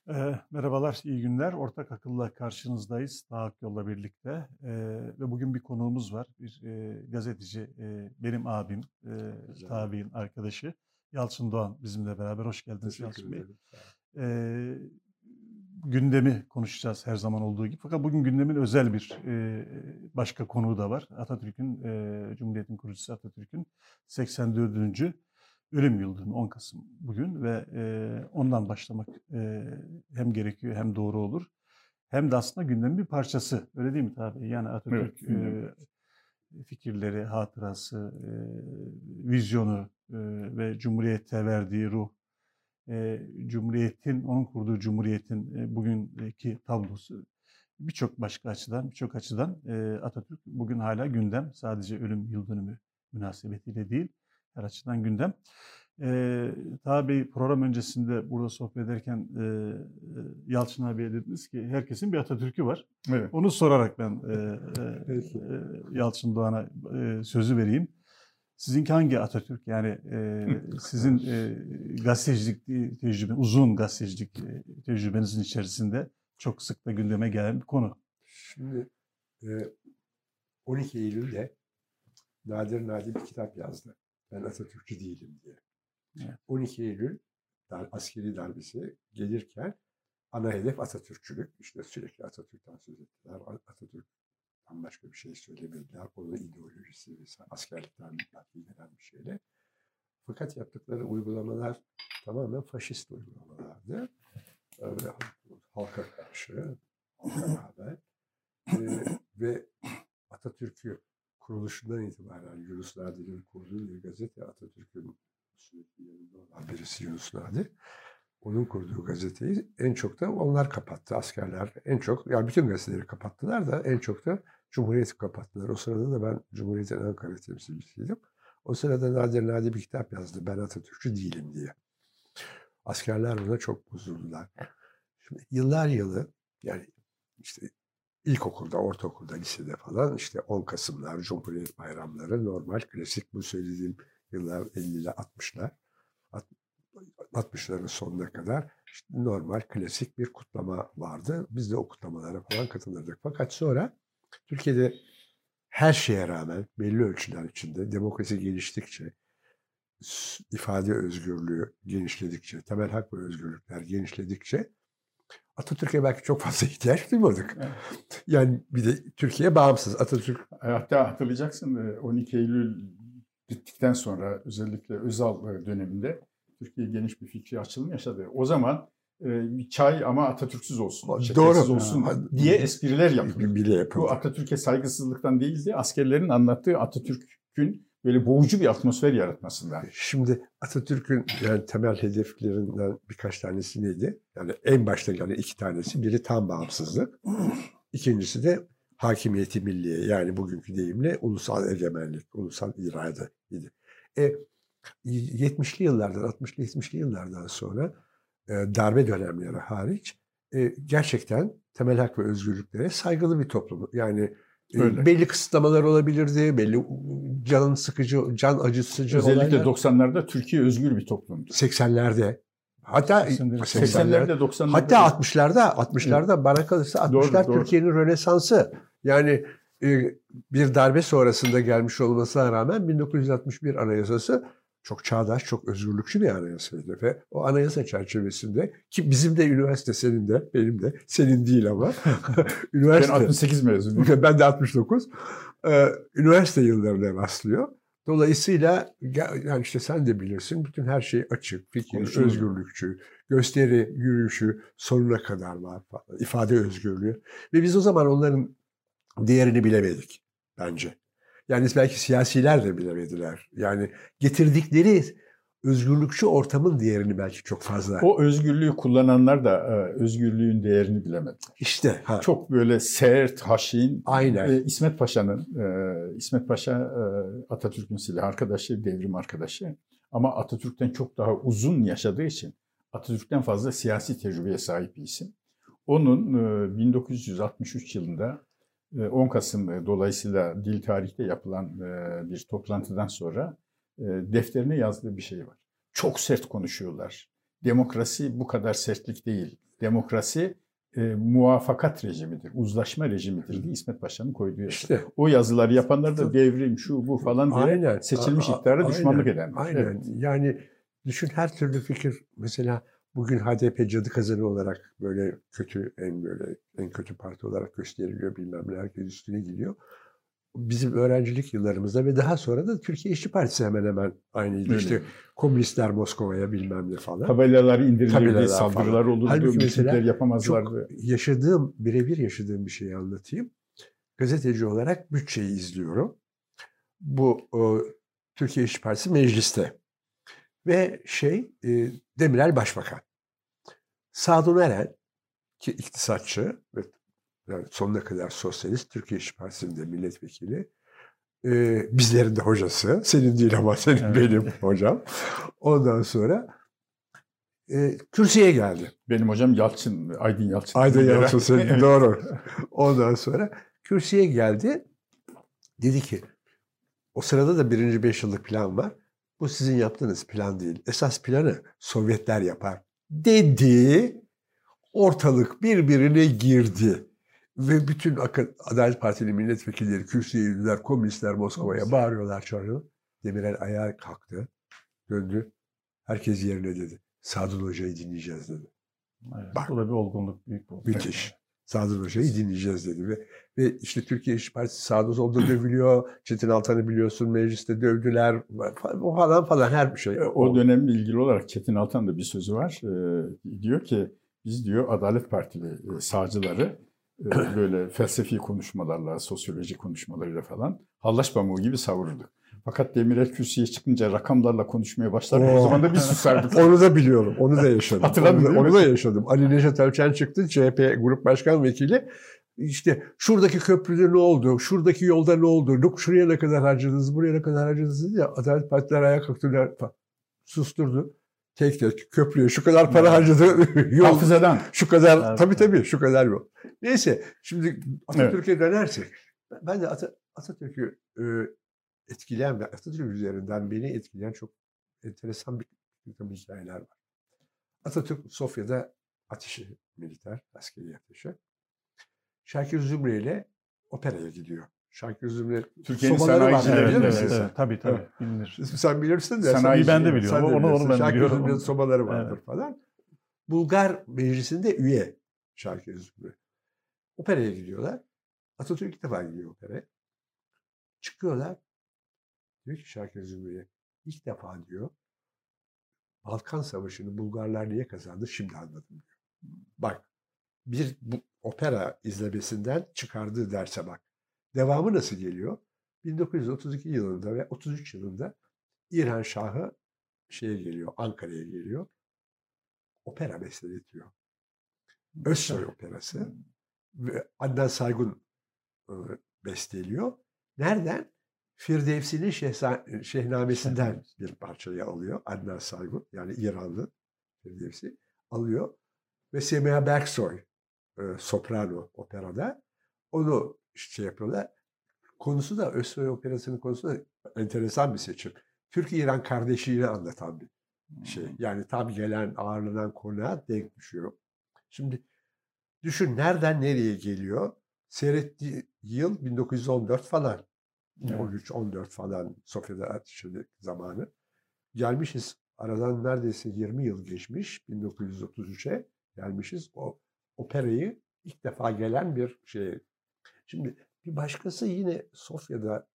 Merhabalar, iyi günler. Ortak Akıl'la karşınızdayız. Daha Akyol'la birlikte. Ve bugün bir konuğumuz var. Bir gazeteci, benim abim, Rica ederim. tabiin arkadaşı Yalçın Doğan bizimle beraber. Hoş geldiniz Teşekkür Yalçın Bey. ederim. Sağ olun. Ee, Gündemi konuşacağız her zaman olduğu gibi. Fakat bugün gündemin özel bir başka konuğu da var. Atatürk'ün, Cumhuriyet'in kurucusu Atatürk'ün 84. ölüm yıl dönümü 10 Kasım bugün ve ondan başlamak hem gerekiyor hem doğru olur. Hem de aslında gündemin bir parçası. Öyle değil mi tabii? Yani Evet, Atatürk dinliyorum. fikirleri, hatırası, vizyonu ve Cumhuriyet'e verdiği ruh, Cumhuriyet'in, onun kurduğu Cumhuriyet'in bugünkü tablosu birçok açıdan Atatürk bugün hala gündem. Sadece ölüm yıl dönümü münasebetiyle değil, her açıdan gündem. Taha Bey program öncesinde burada sohbet ederken Yalçın abiye dediniz ki herkesin bir Atatürk'ü var. Evet. Onu sorarak ben Peki. Yalçın Doğan'a sözü vereyim. Sizinki hangi Atatürk? Yani sizin gazetecilik tecrübe, uzun gazetecilik tecrübenizin içerisinde çok sık da gündeme gelen bir konu. Şimdi 12 Eylül'de Nadir bir kitap yazdı. Ben Atatürkçü değilim diye. Evet. 12 Eylül askeri darbesi gelirken ana hedef Atatürkçülük. İşte sürekli Atatürk'ten söz ettiler. Atatürk'ten başka bir şey söylemediler. Onun ideolojisi vesaire askerlikten gelen bir şeyle. Fakat yaptıkları uygulamalar tamamen faşist uygulamalardı. Halka karşı, halka rağmen. Ve Atatürk'ü kuruluşundan itibaren Yunus Nadir'in kurduğu bir gazete, Atatürk'ün sürekli yanında olan birisi Yunus Nadir. Onun kurduğu gazeteyi en çok da onlar kapattı. Askerler en çok, yani bütün gazeteleri kapattılar da en çok da Cumhuriyet'i kapattılar. O sırada da ben Cumhuriyet'in Ankara temsilcisiydim. O sırada Nadir bir kitap yazdı. Ben Atatürkçü değilim diye. Askerler buna çok bozuldular. Şimdi yıllar yılı, yani işte İlkokulda, ortaokulda, lisede falan işte 10 Kasımlar, Cumhuriyet bayramları normal, klasik bu söylediğim yıllar 50'ler, 60'lar. 60'ların sonuna kadar işte normal, klasik bir kutlama vardı. Biz de o kutlamalara falan katılırdık. Fakat sonra Türkiye'de her şeye rağmen belli ölçüler içinde demokrasi geliştikçe, ifade özgürlüğü genişledikçe, temel hak ve özgürlükler genişledikçe Atatürk'e belki çok fazla ihtiyaç duymadık. Evet. Yani bir de Türkiye bağımsız. Atatürk... Hatta hatırlayacaksın 12 Eylül bittikten sonra özellikle Özal döneminde Türkiye geniş bir fikri açılım yaşadı. O zaman bir çay ama Atatürk'süz olsun, şekersiz olsun diye espriler yapıldı. Bile yapıldı. Bu Atatürk'e saygısızlıktan değildi. Askerlerin anlattığı Atatürk'ün böyle boğucu bir atmosfer yaratmasından. Şimdi Atatürk'ün yani temel hedeflerinden birkaç tanesi neydi? Yani en başta gelen 2 tanesi. Biri tam bağımsızlık. İkincisi de hakimiyeti milliye, yani bugünkü deyimle ulusal egemenlik, ulusal irade idi. 70'li yıllardan, 60'lı 70'li yıllardan sonra darbe dönemleri hariç gerçekten temel hak ve özgürlüklere saygılı bir toplum. Yani belli kısıtlamalar olabilirdi, belli can sıkıcı, can acıtıcı özellikle olaylar. 90'larda Türkiye özgür bir toplumdu. 80'lerde. Hatta 80'lerde, 90'larda. Hatta 60'larda bana kalırsa 60'lar doğru. Türkiye'nin Rönesansı. Yani bir darbe sonrasında gelmiş olmasına rağmen 1961 Anayasası çok çağdaş, çok özgürlükçü bir anayasaydı ve o anayasa çerçevesinde, ki bizim de üniversite, senin de, benim de, senin değil ama üniversite. Ben 68 mezunuyum. Ben de 69. Üniversite yıllarına başlıyor. Dolayısıyla yani işte sen de bilirsin, bütün her şey açık, fikir, özgürlükçü, gösteri, yürüyüşü sonuna kadar var falan, ifade özgürlüğü. Ve biz o zaman onların değerini bilemedik bence. Yani belki siyasiler de bilemediler. Yani getirdikleri özgürlükçü ortamın değerini belki çok fazla. O özgürlüğü kullananlar da özgürlüğün değerini bilemediler. İşte. Çok böyle sert, haşin. Aynen. İsmet Paşa Atatürk'ün silah arkadaşı, devrim arkadaşı. Ama Atatürk'ten çok daha uzun yaşadığı için Atatürk'ten fazla siyasi tecrübeye sahip bir isim. Onun 1963 yılında 10 Kasım dolayısıyla dil tarihte yapılan bir toplantıdan sonra defterine yazdığı bir şey var. Çok sert konuşuyorlar. Demokrasi bu kadar sertlik değil demokrasi muvafakat rejimidir, uzlaşma rejimidir diye İsmet Paşa'nın koyduğu yazı. İşte O yazıları yapanlar da devrim, şu bu falan diye aynen, seçilmiş iktidara düşmanlık edenler. Aynen. Evet. Yani düşün, her türlü fikir, mesela bugün HDP cadı kazanı olarak böyle kötü, en kötü parti olarak gösteriliyor, bilmem ne, herkes üstüne gidiyor. Bizim öğrencilik yıllarımızda ve daha sonra da Türkiye İşçi Partisi hemen hemen aynıydı. Öyle. İşte komünistler Moskova'ya bilmem ne falan. Tabelalar indirilirdi, Tabelalar saldırılar olurdu, Halbuki mesela mitingler yapamazlardı. Çok birebir yaşadığım bir şeyi anlatayım. Gazeteci olarak bütçeyi izliyorum. Bu Türkiye İşçi Partisi mecliste. Ve Demirel Başbakan. Sadun Eren, ki iktisatçı ve yani sonuna kadar sosyalist, Türkiye İşçi Partisi'nde milletvekili. Bizlerin de hocası. Senin değil ama senin, evet, benim hocam. Ondan sonra kürsüye geldi. Benim hocam Yalçın, Aydın Yalçın. Aydın Yalçın senin, doğru. Ondan sonra kürsüye geldi. Dedi ki, o sırada da 1. 5 yıllık plan var. Bu sizin yaptığınız plan değil. Esas planı Sovyetler yapar dedi. Ortalık birbirine girdi. Ve bütün Adalet Partili milletvekilleri kürsüye yürüdüler. Komünistler Moskova'ya bağırıyorlar, çağırıyorlar. Demirel ayağa kalktı. Döndü. Herkes yerine dedi. Sadun Hoca'yı dinleyeceğiz dedi. Evet, bak, bu da bir olgunluk, büyük bir olgunluk. Müthiş. Sadun Hoca'yı dinleyeceğiz dedi. Ve işte Türkiye İşçi Partisi sağda solda dövülüyor. Çetin Altan'ı biliyorsun, mecliste dövdüler. Falan her bir şey. O dönemle ilgili olarak Çetin Altan'da bir sözü var. Diyor ki biz diyor Adalet Partili sağcıları böyle felsefi konuşmalarla, sosyoloji konuşmalarıyla falan hallaç pamuğu gibi savururduk. Fakat Demirel kürsüye çıkınca rakamlarla konuşmaya başlardı. O zaman da biz susardık. Onu da biliyorum. Onu da yaşadım. Hatırladın değil mi? Onu da yaşadım. Ali Neşet Erçel çıktı, CHP Grup Başkan Vekili. İşte şuradaki köprüde ne oldu? Şuradaki yolda ne oldu? Şuraya ne kadar harcadınız? Buraya ne kadar harcadınız diye Adalet Partiler ayağa kalktılar. Susturdu. Tek tek köprüye şu kadar para harcadı. Yol, hafızadan. Şu kadar. Evet. Tabii şu kadar yol. Neyse şimdi Atatürk'e dönersek. Ben de Atatürk'ü etkileyen ve Atatürk üzerinden beni etkileyen çok enteresan bir takım hikayeler var. Atatürk Sofya'da ateşi, militer, askeri ateşi. Şakir Zümre ile operaya gidiyor. Şakir Zümre Türkiye'nin sobaları var. sanayicileri, Bilir misin sen? Evet, tabii. Evet. Bilinir. Sen bilirsin de. Sanayi ben de biliyorum. Onu ben Şakir biliyorum. Zümre'nin sobaları vardır falan. Bulgar meclisinde üye Şakir Zümre. Operaya gidiyorlar. Atatürk ilk defa gidiyor operaya. Çıkıyorlar. Diyor ki Şakir Zümre'ye, ilk defa diyor, Balkan Savaşı'nı Bulgarlar niye kazandı şimdi anladım diyor. Bak, bu opera izlemesinden çıkardığı derse bak. Devamı nasıl geliyor? 1932 yılında ve 33 yılında İran Şahı geliyor, Ankara'ya geliyor. Opera besteletiyor. Özsoy Operası ve Adnan Saygun besteliyor. Nereden? Firdevsi'nin Şehnamesi'nden bir parçayı alıyor. Adnan Saygun, yani İranlı Firdevsi alıyor. Ve Semiha Berksoy, soprano operada. Onu yapıyorlar. Konusu da, Özsoy Operası'nın konusu da enteresan bir seçim. Türk-İran kardeşliğini anlatan bir şey. Yani tam gelen, ağırlanan konuğa denk düşüyor. Şimdi düşün, nereden nereye geliyor? Seyrettiği yıl 1914 falan. 13-14 falan Sofya'da ateşi zamanı. Gelmişiz. Aradan neredeyse 20 yıl geçmiş. 1933'e gelmişiz. O operayı ilk defa gelen bir şey. Şimdi bir başkası yine Sofya'da,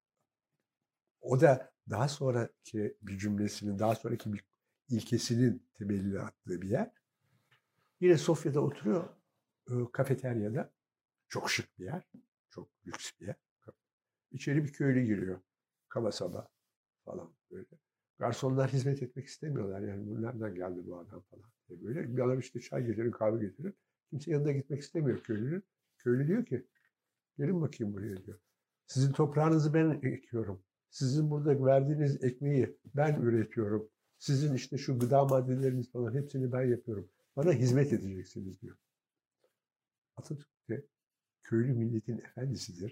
o da daha sonraki bir cümlesinin, daha sonraki bir ilkesinin temelini attığı bir yer. Yine Sofya'da oturuyor kafeteryada. Çok şık bir yer. Çok lüks bir yer. İçeri bir köylü giriyor. Kaba saba falan böyle. Garsonlar hizmet etmek istemiyorlar. Yani bu nereden geldi bu adam falan diye böyle. Bir adam işte çay getirin, kahve getirin. Kimse yanına gitmek istemiyor köylünün. Köylü diyor ki, gelin bakayım buraya diyor. Sizin toprağınızı ben ekiyorum. Sizin burada verdiğiniz ekmeği ben üretiyorum. Sizin işte şu gıda maddeleriniz falan hepsini ben yapıyorum. Bana hizmet edeceksiniz diyor. Atatürk de köylü milletin efendisidir.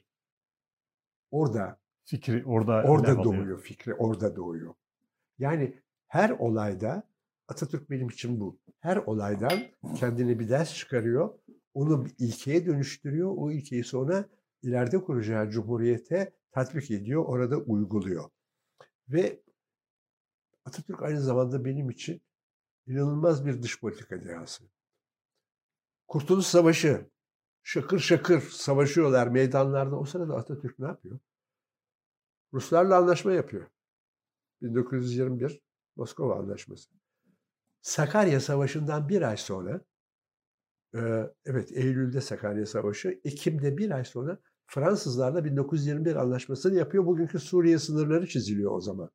Orada Fikri orada doğuyor, fikri orada doğuyor. Yani her olayda Atatürk benim için bu. Her olaydan kendine bir ders çıkarıyor. Onu bir ilkeye dönüştürüyor. O ilkeyi sonra ileride kuracağı cumhuriyete tatbik ediyor. Orada uyguluyor. Ve Atatürk aynı zamanda benim için inanılmaz bir dış politika dehası. Kurtuluş Savaşı, şakır şakır savaşıyorlar meydanlarda. O sırada Atatürk ne yapıyor? Ruslarla anlaşma yapıyor. 1921 Moskova Anlaşması. Sakarya Savaşı'ndan bir ay sonra, evet Eylül'de Sakarya Savaşı, Ekim'de bir ay sonra Fransızlarla 1921 Anlaşması'nı yapıyor. Bugünkü Suriye sınırları çiziliyor o zaman.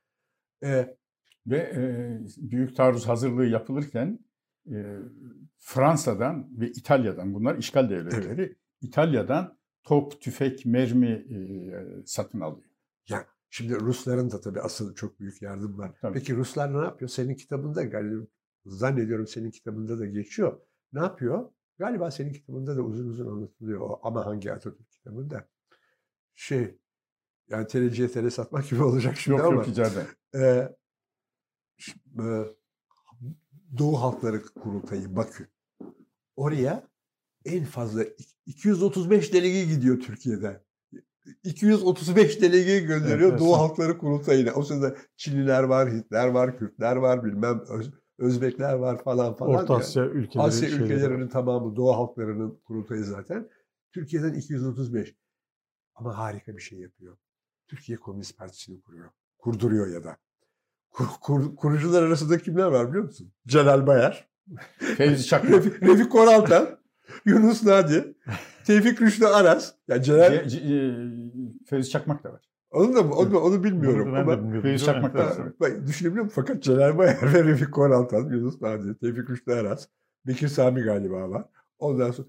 Ve büyük taarruz hazırlığı yapılırken Fransa'dan ve İtalya'dan, bunlar işgal devletleri, evet, İtalya'dan top, tüfek, mermi satın alıyor. Ya şimdi Rusların da tabii asıl çok büyük yardım var. Tabii. Peki Ruslar ne yapıyor? Senin kitabında galiba, zannediyorum senin kitabında da geçiyor. Ne yapıyor? Galiba senin kitabında da uzun uzun anlatılıyor o, ama hangi Atatürk kitabında? Yani tereciye tere satmak gibi olacak şimdi ama. Yok icade. Doğu Halkları Kurultayı Bakü. Oraya en fazla 235 delege gidiyor Türkiye'den. 235 delege gönderiyor, evet, Doğu Halkları Kurultayı'na. O sırada Çinliler var, Hintler var, Kürtler var, bilmem Özbekler var falan. Orta Asya ülkeleri. Asya ülkelerinin tamamı Doğu Halkları'nın kurultayı zaten. Türkiye'den 235. Ama harika bir şey yapıyor. Türkiye Komünist Partisi'ni kuruyor. Kurduruyor ya da. Kurucular arasında kimler var biliyor musun? Celal Bayar, Fevzi Çakmak, Refik Koraltan, Yunus Nadi, Tevfik Rüştü Aras. Yani Fevzi Çakmak da var. Onu bilmiyorum. Ama Fevzi Çakmak da var. Düşünebiliyor musun? Fakat Celal Bayar ve Refik Koraltan, Yunus Nadi, Tevfik Rüştü Aras, Bekir Sami galiba var. Ondan sonra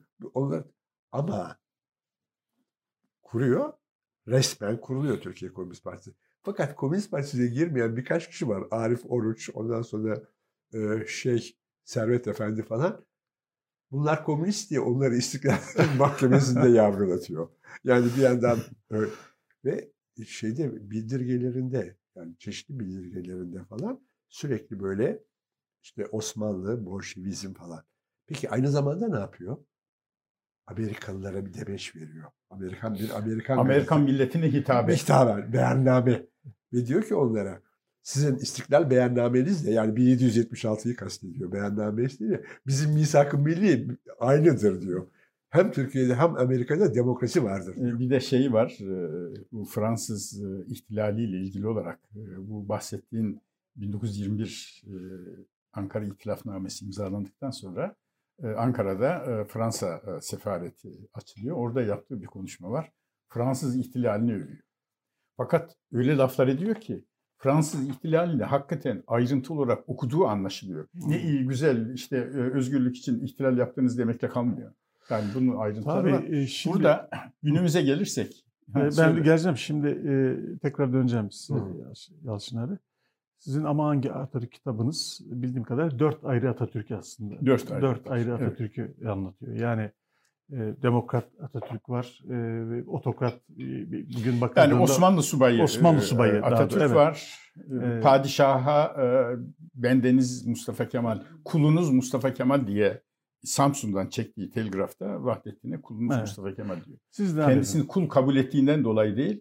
ama kuruyor. Resmen kuruluyor Türkiye Komünist Partisi. Fakat Komünist Partisi'ne girmeyen birkaç kişi var. Arif Oruç, ondan sonra Servet Efendi falan. Bunlar komünist diye onları İstiklal Mahkemesi'nde yargılatıyor. Yani bir yandan ve bildirgelerinde, yani çeşitli bildirgelerinde falan sürekli böyle işte Osmanlı, Bolşevizm falan. Peki aynı zamanda ne yapıyor? Amerikalılara bir demeç veriyor. Amerikan milletine hitaben, beyanname. Ve diyor ki onlara, sizin İstiklal beyannamenizle, yani 1776'yı kastediyor, beyannamesi değil, bizim misak-ı milli aynıdır diyor. Hem Türkiye'de hem Amerika'da demokrasi vardır diyor. Bir de şey var, bu Fransız ihtilaliyle ilgili olarak bu bahsettiğin 1921 Ankara İtilafnamesi imzalandıktan sonra Ankara'da Fransa sefareti açılıyor. Orada yaptığı bir konuşma var. Fransız ihtilalini övüyor. Fakat öyle laflar ediyor ki Fransız ihtilalini hakikaten ayrıntılı olarak okuduğu anlaşılıyor. Ne iyi, güzel, işte özgürlük için ihtilal yaptığınız demekle kalmıyor. Yani bunun ayrıntıları var. Şimdi, burada günümüze gelirsek. Ben geleceğim şimdi, tekrar döneceğim size Yalçın abi. Sizin Ama Hangi Atatürk kitabınız bildiğim kadar 4 ayrı Atatürk aslında. 4 ayrı Atatürk'ü, evet, anlatıyor. Yani demokrat Atatürk var, otokrat, bugün bakıldığında yani Osmanlı subayı Atatürk, evet, var. Padişaha bendeniz Mustafa Kemal, kulunuz Mustafa Kemal diye Samsun'dan çektiği telgrafta Vahdettin'e kulunuz, evet, Mustafa Kemal diyor. Kendisini kul kabul ettiğinden dolayı değil,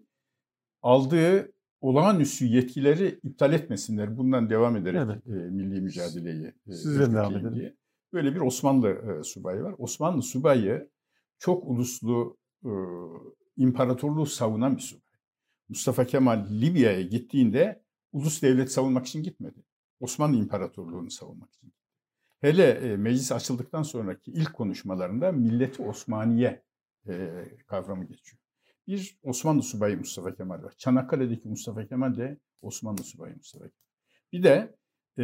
aldığı olağanüstü yetkileri iptal etmesinler. Bundan devam ederek, evet, milli mücadeleyi devam edelim diye. Böyle bir Osmanlı subayı var. Osmanlı subayı çok uluslu imparatorluğu savunan bir subay. Mustafa Kemal Libya'ya gittiğinde ulus devlet savunmak için gitmedi. Osmanlı İmparatorluğu'nu savunmak için. Hele meclis açıldıktan sonraki ilk konuşmalarında Millet-i Osmaniye kavramı geçiyor. Bir Osmanlı subayı Mustafa Kemal var. Çanakkale'deki Mustafa Kemal de Osmanlı subayı Mustafa Kemal. Bir de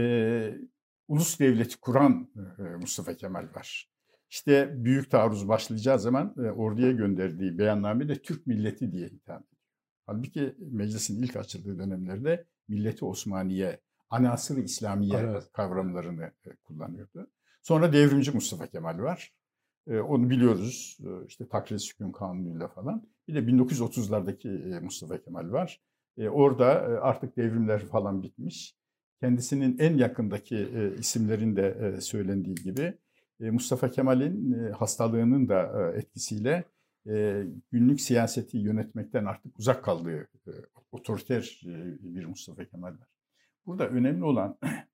ulus devleti kuran Mustafa Kemal var. İşte büyük taarruz başlayacağı zaman orduya gönderdiği beyannamede Türk milleti diye hitap ediyor. Halbuki meclisin ilk açıldığı dönemlerde Millet-i Osmaniye, Anasır-ı İslamiye, evet, kavramlarını kullanıyordu. Sonra devrimci Mustafa Kemal var. Onu biliyoruz. İşte Takrir Sükun Kanunu'yla falan. Bir de 1930'lardaki Mustafa Kemal var. Orada artık devrimler falan bitmiş. kendisinin en yakındaki isimlerin de söylendiği gibi Mustafa Kemal'in hastalığının da etkisiyle günlük siyaseti yönetmekten artık uzak kaldığı otoriter bir Mustafa Kemal var. Burada önemli olan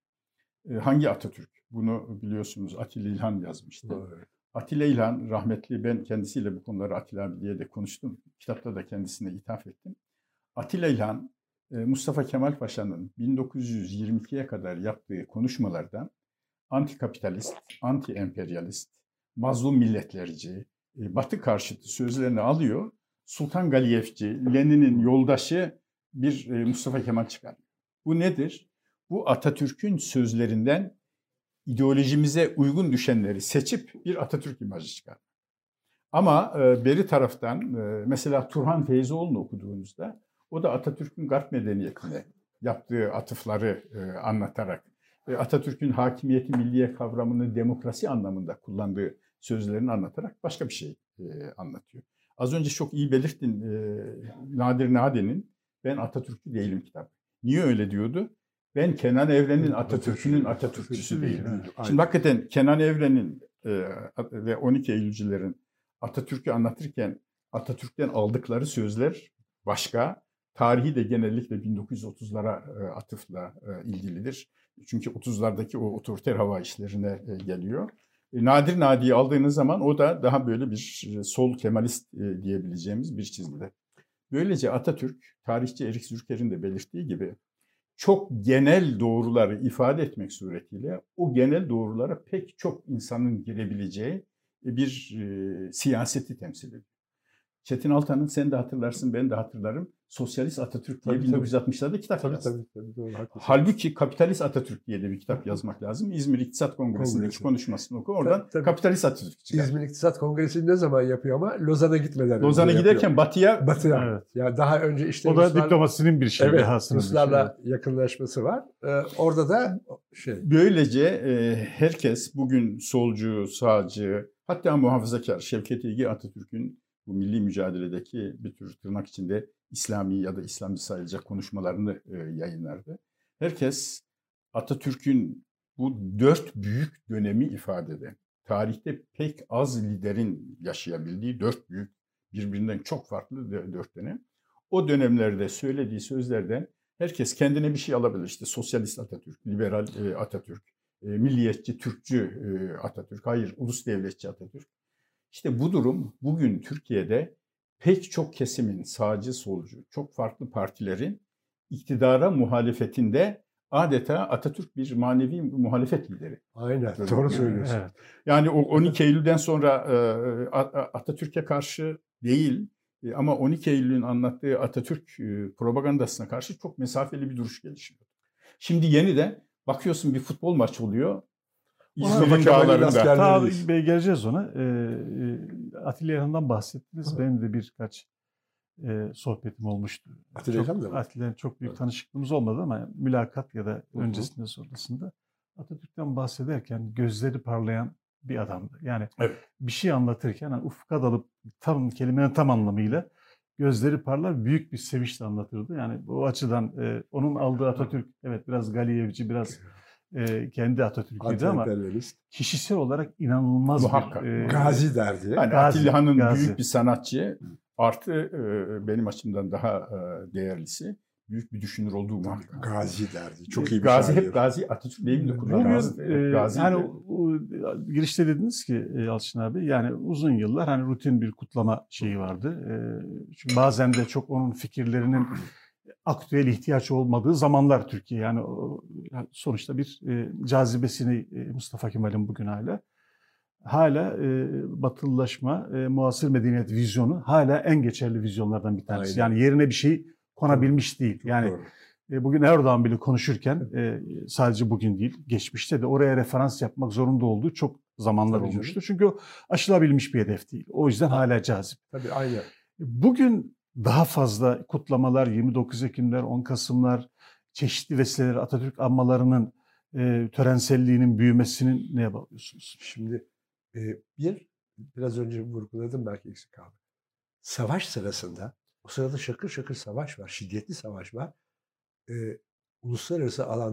hangi Atatürk? Bunu biliyorsunuz Atilla İlhan yazmıştı. Evet. Atilla İlhan rahmetli, ben kendisiyle bu konuları Atilla abi diye de konuştum. Kitapta da kendisine ithaf ettim. Atilla İlhan, Mustafa Kemal Paşa'nın 1922'ye kadar yaptığı konuşmalardan antikapitalist, anti-emperyalist, mazlum milletlerci, Batı karşıtı sözlerini alıyor. Sultan Galiyevci, Lenin'in yoldaşı bir Mustafa Kemal çıkarıyor. Bu nedir? Bu Atatürk'ün sözlerinden ideolojimize uygun düşenleri seçip bir Atatürk imajı çıkar. Ama beri taraftan mesela Turhan Feyzoğlu'nu okuduğunuzda o da Atatürk'ün Garp medeniyetine yaptığı atıfları anlatarak Atatürk'ün hakimiyeti milliye kavramını demokrasi anlamında kullandığı sözlerini anlatarak başka bir şey anlatıyor. Az önce çok iyi belirttin Nadir Nade'nin Ben Atatürkçü Değilim kitabı. Niye öyle diyordu? Ben Kenan Evren'in Atatürk'ünün Atatürkçüsü değilim. Şimdi hakikaten Kenan Evren'in ve 12 Eylülcülerin Atatürk'ü anlatırken Atatürk'ten aldıkları sözler başka. Tarihi de genellikle 1930'lara atıfla ilgilidir. Çünkü 30'lardaki o otoriter hava işlerine geliyor. Nadir Nadi'yi aldığınız zaman o da daha böyle bir sol Kemalist diyebileceğimiz bir çizgide. Böylece Atatürk, tarihçi Erik Zürker'in de belirttiği gibi çok genel doğruları ifade etmek suretiyle o genel doğrulara pek çok insanın girebileceği bir siyaseti temsil ediyor. Çetin Altan'ın, sen de hatırlarsın, ben de hatırlarım, Sosyalist Atatürk diye 1960'larda kitap yazdı. Tabii, doğru, Halbuki Kapitalist Atatürk diye de bir kitap yazmak lazım. İzmir İktisat Kongresi'ndeki konuşmasını oku. Oradan tabii. Kapitalist Atatürk çıkar. İzmir İktisat Kongresi'ni ne zaman yapıyor ama Lozan'a gitmeden Lozan'a giderken yapıyor. Batı'ya. Evet. Yani daha önce işte o da diplomasinin bir şeyi. Evet, Ruslarla yakınlaşması var. Orada da Böylece herkes bugün solcu, sağcı, hatta muhafazakar Şevket İlgi Atatürk'ün bu milli mücadeledeki bir tür tırnak içinde İslami ya da İslamcı sayılacak konuşmalarını yayınlardı. Herkes Atatürk'ün bu 4 büyük dönemi ifade eden, tarihte pek az liderin yaşayabildiği 4 büyük, birbirinden çok farklı 4 dönem. O dönemlerde söylediği sözlerden herkes kendine bir şey alabilir. İşte sosyalist Atatürk, liberal Atatürk, milliyetçi, Türkçü Atatürk, hayır ulus devletçi Atatürk. İşte bu durum bugün Türkiye'de pek çok kesimin sağcı solcu, çok farklı partilerin iktidara muhalefetinde adeta Atatürk bir manevi muhalefet lideri. Aynen, doğru söylüyorsun. Evet. Yani o 12 Eylül'den sonra Atatürk'e karşı değil ama 12 Eylül'ün anlattığı Atatürk propagandasına karşı çok mesafeli bir duruş gelişiyor. Şimdi yeniden bakıyorsun bir futbol maçı oluyor. İzmir'in dağlarında. Tabii geleceğiz ona. Atilla İlhan'dan bahsettiniz. Benim de birkaç sohbetim olmuştu. Atilla'yla çok büyük tanışıklığımız olmadı ama mülakat ya da öncesinde sonrasında Atatürk'ten bahsederken gözleri parlayan bir adamdı. Yani bir şey anlatırken ufka dalıp kelimenin tam anlamıyla gözleri parlar, büyük bir sevinçle anlatırdı. Yani o açıdan onun aldığı Atatürk biraz Galiyevci, biraz kendi Atatürk'üydü ama kişisel olarak inanılmaz bir gazi derdi. Yani Atilla İlhan'ın büyük bir sanatçı, artı benim açımdan daha değerlisi büyük bir düşünür olduğu muhakkak. Gazi derdi. Çok iyi bir Gazi şair. Hep Gazi Atatürk deyimini kullanıyor. Gazi yani girişte dediniz ki Yalçın abi, yani uzun yıllar rutin bir kutlama şeyi vardı. Çünkü bazen de çok onun fikirlerinin aktüel ihtiyaç olmadığı zamanlar Türkiye. Yani sonuçta bir cazibesini Mustafa Kemal'in bugün hala batılılaşma, muasır medeniyet vizyonu hala en geçerli vizyonlardan bir tanesi. Aynen. Yani yerine bir şey konabilmiş değil. Yani bugün Erdoğan bile konuşurken sadece bugün değil, geçmişte de oraya referans yapmak zorunda olduğu çok zamanlar olmuştur. Çünkü o aşılabilmiş bir hedef değil. O yüzden hala cazip. Tabii aynen. Bugün daha fazla kutlamalar, 29 Ekimler, 10 Kasımlar, çeşitli vesileler, Atatürk anmalarının törenselliğinin büyümesinin neye bağlıyorsunuz? Şimdi biraz önce vurguladım, belki eksik kaldı. Savaş sırasında, o sırada şakır şakır savaş var, şiddetli savaş var. Uluslararası alanda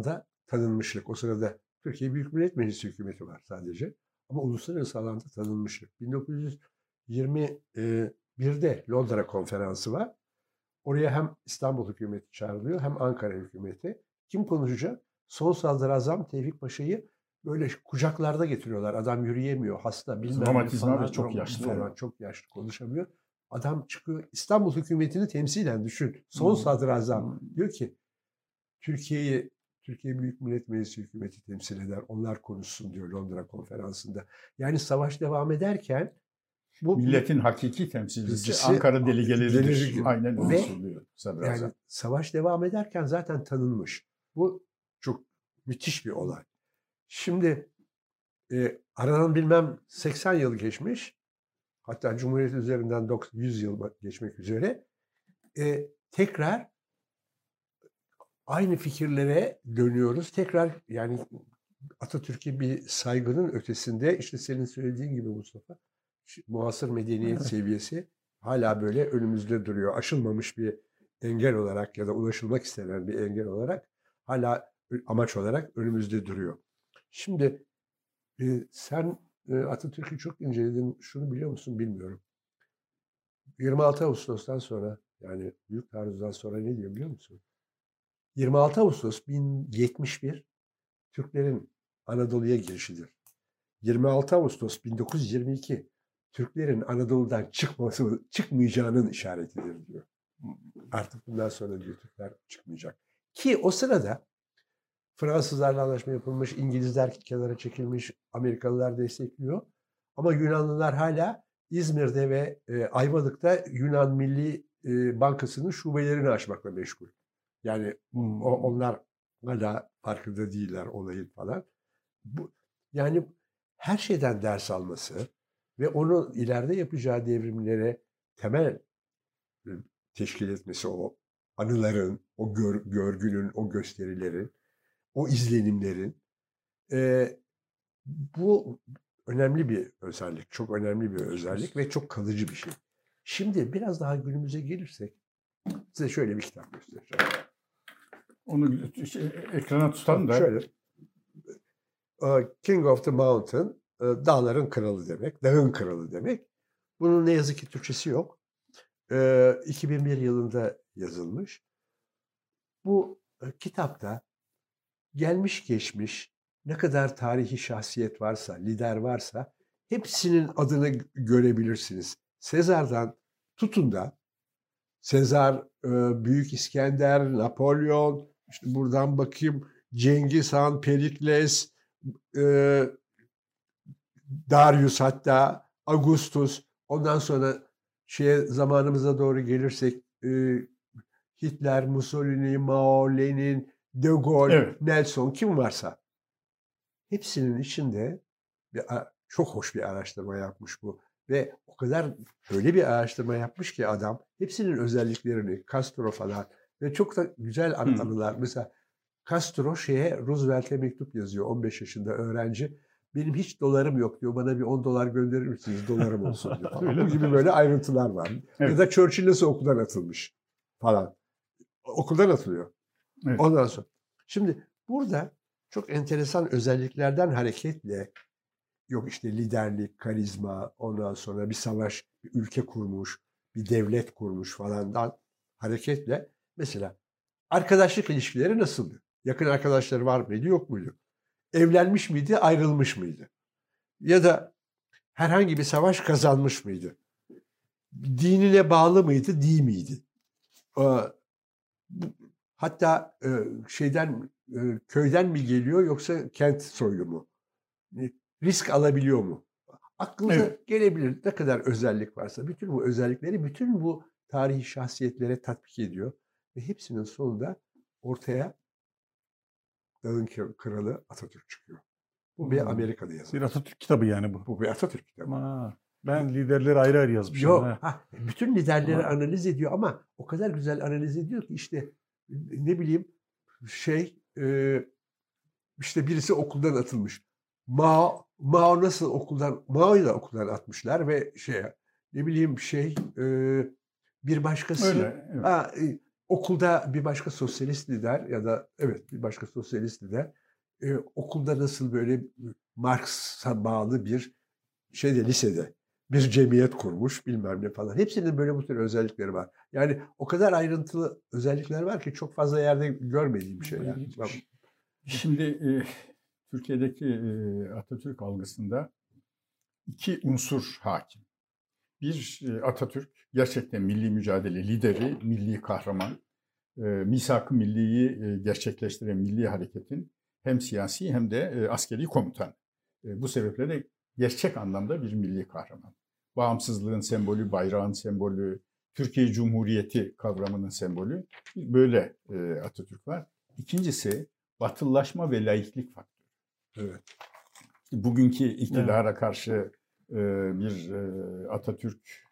tanınmışlık. O sırada Türkiye Büyük Millet Meclisi hükümeti var sadece. Ama uluslararası alanda tanınmışlık. 1921'de Londra konferansı var. Oraya hem İstanbul hükümeti çağrılıyor hem Ankara hükümeti. Kim konuşacak? Son Sadrazam Tevfik Paşa'yı böyle kucaklarda getiriyorlar. Adam yürüyemiyor, hasta, bilmem ne Romatizma falan. ve çok yaşlı. Falan, çok yaşlı, konuşamıyor. Adam çıkıyor, İstanbul hükümetini temsilen düşün. Son Sadrazam diyor ki Türkiye Büyük Millet Meclisi hükümeti temsil eder. Onlar konuşsun diyor Londra konferansında. Yani savaş devam ederken bu milletin hakiki temsilcisi temsilcisi Ankara delegeleridir. Delegeli. Aynen öyle Ve söylüyor Sadrazam. yani savaş devam ederken zaten tanınmış. Bu çok müthiş bir olay. Şimdi aradan bilmem 80 yıl geçmiş. Hatta Cumhuriyet üzerinden 100 yıl geçmek üzere. Tekrar aynı fikirlere dönüyoruz. Tekrar yani Atatürk'e bir saygının ötesinde işte senin söylediğin gibi Mustafa, muasır medeniyet seviyesi hala böyle önümüzde duruyor. Aşılmamış bir engel olarak ya da ulaşılmak istenen bir engel olarak hala amaç olarak önümüzde duruyor. Şimdi sen Atatürk'ü çok inceledin. Şunu biliyor musun bilmiyorum. 26 Ağustos'tan sonra yani Büyük Taarruz'dan sonra ne diyor biliyor musun? 26 Ağustos 1071 Türklerin Anadolu'ya girişidir. 26 Ağustos 1922 Türklerin Anadolu'dan çıkmayacağının işaretidir diyor. Artık bundan sonra diyor Türkler çıkmayacak. Ki o sırada Fransızlarla anlaşma yapılmış, İngilizler kenara çekilmiş, Amerikalılar destekliyor. Ama Yunanlılar hala İzmir'de ve Ayvalık'ta Yunan Milli Bankası'nın şubelerini açmakla meşgul. Yani onlar hala farkında değiller olayın falan. Yani her şeyden ders alması ve onun ileride yapacağı devrimlere temel teşkil etmesi, o anıların, o görgünün, o gösterilerin, o izlenimlerin bu önemli bir özellik, çok önemli bir özellik ve çok kalıcı bir şey. Şimdi biraz daha günümüze gelirsek size şöyle bir kitap göstereceğim. Onu ekrana tutan da şöyle. King of the Mountain, dağların kralı demek, dağın kralı demek. Bunun ne yazık ki Türkçesi yok. 2001 yılında yazılmış. Bu kitapta gelmiş geçmiş ne kadar tarihi şahsiyet varsa, lider varsa hepsinin adını görebilirsiniz. Sezar'dan tutun da Sezar, Büyük İskender, Napolyon, işte buradan bakayım Cengiz Han, Perikles, Darius hatta, Augustus, ondan sonra zamanımıza doğru gelirsek Hitler, Mussolini, Mao, Lenin, De Gaulle, evet. Nelson kim varsa hepsinin içinde çok hoş bir araştırma yapmış bu. Ve o kadar öyle bir araştırma yapmış ki adam hepsinin özelliklerini, Castro falan ve çok da güzel anılar. Mesela Castro Roosevelt'e mektup yazıyor 15 yaşında öğrenci. Benim hiç dolarım yok diyor. Bana bir 10 dolar gönderir misiniz? Dolarım olsun diyor. Bu gibi böyle ayrıntılar var. Evet. Ya da Churchill nasıl okuldan atılmış falan. Okuldan atılıyor. Evet. Ondan sonra. Şimdi burada çok enteresan özelliklerden hareketle yok işte liderlik, karizma, ondan sonra bir savaş, bir ülke kurmuş, bir devlet kurmuş falandan hareketle mesela arkadaşlık ilişkileri nasıldı? Yakın arkadaşları var mıydı, yok muydu? Evlenmiş miydi, ayrılmış mıydı? Ya da herhangi bir savaş kazanmış mıydı? Dinine bağlı mıydı, değil miydi? Hatta köyden mi geliyor yoksa kent soylu mu? Risk alabiliyor mu? Aklınıza gelebilir ne kadar özellik varsa. Bütün bu özellikleri bütün bu tarihi şahsiyetlere tatbik ediyor. Ve hepsinin sonunda ortaya dağın kralı Atatürk çıkıyor. Bu bir Amerika'da yazılmış. Bir Atatürk kitabı yani bu. Bu bir Atatürk kitabı. Ben liderleri ayrı ayrı yazmışım. Yok. Bütün liderleri analiz ediyor ama o kadar güzel analiz ediyor ki işte ne bileyim işte birisi okuldan atılmış. Mao nasıl Mao'yu da okuldan atmışlar ve ne bileyim bir başkası öyle, evet. okulda bir başka sosyalist lider ya da evet bir başka sosyalist lider okulda nasıl böyle Marx'a bağlı bir lisede bir cemiyet kurmuş bilmem ne falan. Hepsinin böyle bu tür özellikleri var. Yani o kadar ayrıntılı özellikler var ki çok fazla yerde görmediğim şeyler. İlginçmiş. Şimdi Türkiye'deki Atatürk algısında iki unsur hakim. Bir, Atatürk gerçekten milli mücadele lideri, milli kahraman, misak-ı milliyi gerçekleştiren milli hareketin hem siyasi hem de askeri komutan. Bu sebeple de gerçek anlamda bir milli kahraman. Bağımsızlığın sembolü, bayrağın sembolü, Türkiye Cumhuriyeti kavramının sembolü. Böyle Atatürk var. İkincisi batılılaşma ve laiklik faktörü. Evet. Bugünkü iktidara karşı bir Atatürk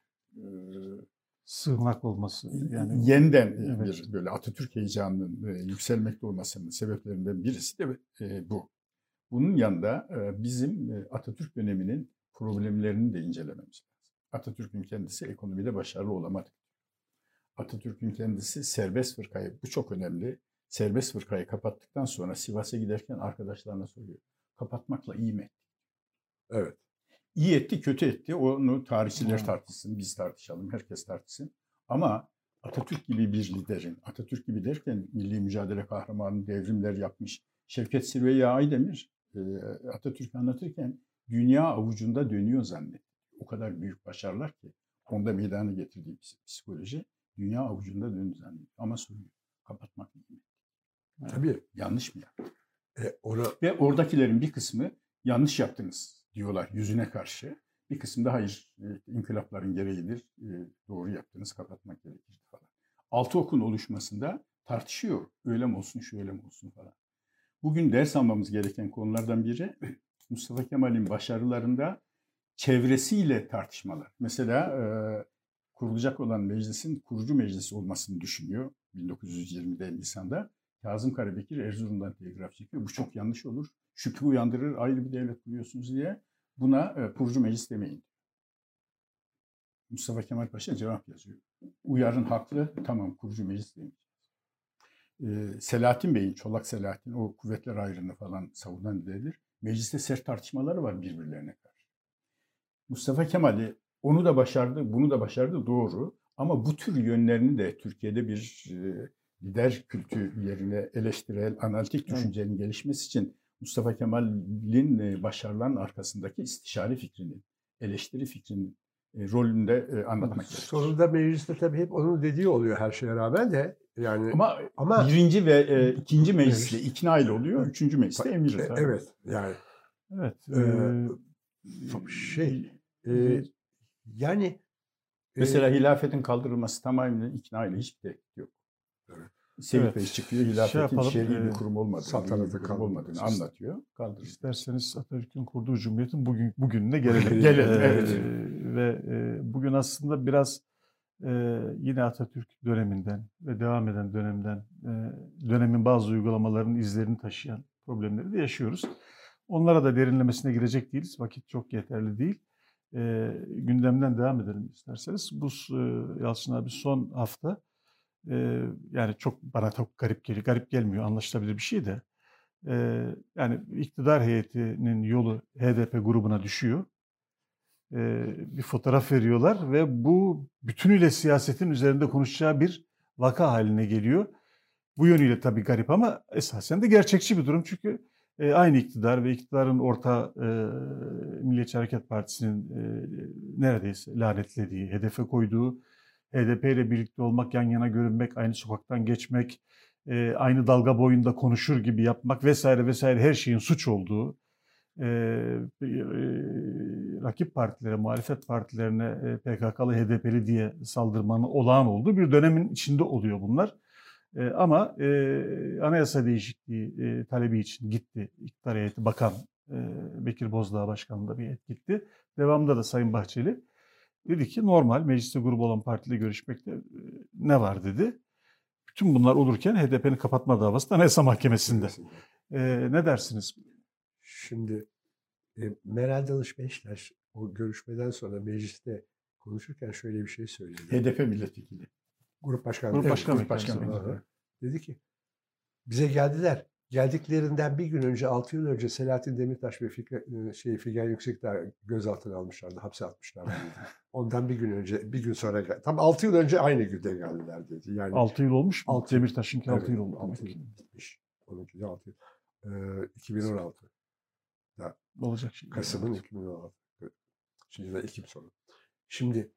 Sığınak olması. Yani yeniden evet. bir böyle Atatürk heyecanının yükselmekte olmasının sebeplerinden birisi de bu. Bunun yanında bizim Atatürk döneminin problemlerini de incelememiz lazım. Atatürk'ün kendisi ekonomide başarılı olamadı. Atatürk'ün kendisi serbest fırkayı, bu çok önemli. Serbest fırkayı kapattıktan sonra Sivas'a giderken arkadaşlarına soruyor. Kapatmakla iyi mi etti? Evet. İyi etti, kötü etti. Onu tarihçiler tartışsın, biz tartışalım, herkes tartışsın. Ama Atatürk gibi bir liderin, Atatürk gibi derken milli mücadele kahramanı, devrimler yapmış Şevket Süreyya Aydemir Atatürk'ü anlatırken dünya avucunda dönüyor zannetti. O kadar büyük başarılar ki onda meydana getirdiği psikoloji dünya avucunda dönüyor zannetti. Ama soruyor, kapatmak mı? Tabii. Yanlış mı yaptı? Ona... Ve oradakilerin bir kısmı yanlış yaptınız diyorlar yüzüne karşı. Bir kısmı da hayır, inkılapların gereğidir, doğru yaptınız, kapatmak gerekir falan. Altı okun oluşmasında tartışıyor. Öyle mi olsun, şöyle mi olsun falan. Bugün ders almamız gereken konulardan biri Mustafa Kemal'in başarılarında çevresiyle tartışmalar. Mesela kurulacak olan meclisin kurucu meclis olmasını düşünüyor 1920'de Nisan'da. Kazım Karabekir Erzurum'dan telgraf çekiyor. Bu çok yanlış olur. Şüphe uyandırır, ayrı bir devlet kuruyorsunuz diye. Buna kurucu meclis demeyin. Mustafa Kemal Paşa cevap yazıyor. Uyarın haklı, tamam kurucu meclis demeyin. Selahattin Bey'in, Çolak Selahattin, o kuvvetler ayrılığını falan savunan liderdir. Mecliste sert tartışmaları var birbirlerine karşı. Mustafa Kemal'i onu da başardı, bunu da başardı doğru. Ama bu tür yönlerini de Türkiye'de bir lider kültü yerine eleştirel, analitik düşüncenin gelişmesi için Mustafa Kemal'in başarılarının arkasındaki istişare fikrinin, eleştiri fikrinin rolünde anlatmak gerekir. Sonunda mecliste tabii hep onun dediği oluyor her şeye rağmen de. Yani ama birinci ve ikinci mecliste ikna ile oluyor, üçüncü mecliste emir. Evet, yani. Evet. Yani mesela hilafetin kaldırılması tamamen ikna ile hiçbir tehdit yok. Evet. Sevil Bey çıkıyor, hilafetin şer'i bir kurum olmadığını anlatıyor. Kaldırıyor. İsterseniz Atatürk'ün kurduğu cumhuriyetin bugününe gelelim. Evet. Ve bugün aslında biraz yine Atatürk döneminden ve devam eden dönemin bazı uygulamalarının izlerini taşıyan problemleri de yaşıyoruz. Onlara da derinlemesine girecek değiliz. Vakit çok yeterli değil. Gündemden devam edelim isterseniz. Bu Yalçın abi son hafta yani bana çok garip gelmiyor, anlaşılabilir bir şey de. Yani iktidar heyetinin yolu HDP grubuna düşüyor. Bir fotoğraf veriyorlar ve bu bütünüyle siyasetin üzerinde konuşacağı bir vaka haline geliyor. Bu yönüyle tabii garip ama esasen de gerçekçi bir durum. Çünkü aynı iktidar ve iktidarın ortağı Milliyetçi Hareket Partisi'nin neredeyse lanetlediği, hedefe koyduğu, HDP ile birlikte olmak, yan yana görünmek, aynı sokaktan geçmek, aynı dalga boyunda konuşur gibi yapmak vesaire vesaire her şeyin suç olduğu, rakip partilere, muhalefet partilerine PKK'lı, HDP'li diye saldırmanın olağan olduğu bir dönemin içinde oluyor bunlar. Ama anayasa değişikliği talebi için gitti iktidar heyeti, Bakan Bekir Bozdağ Başkanı'nda bir heyet gitti. Devamında da Sayın Bahçeli dedi ki normal mecliste grubu olan partiyle görüşmekte ne var dedi. Bütün bunlar olurken HDP'nin kapatma davası da Anayasa Mahkemesi'nde. Ne dersiniz? Şimdi Meral Danışbeşler o görüşmeden sonra mecliste konuşurken şöyle bir şey söyledi. HDP milletvekili. Grup başkanı. Grup Evet, başkanı grup başkanı. kendisi. Dedi ki bize geldiler. Geldiklerinden bir gün önce, 6 yıl önce Selahattin Demirtaş ve Figen Yüksekdağ gözaltına almışlardı, hapse atmışlardı. Ondan bir gün önce, bir gün sonra geldi. Tam 6 yıl önce aynı günde geldiler dedi. Yani 6 yıl olmuş mu? 6 yıl. Demirtaş'ınki 6 Evet, yıl oldu. 6 yıl bitmiş. Onunki de 6 yıl. 2016. Olacak şey. Kasım'ın 2016. Şimdi de Ekim sonu. Şimdi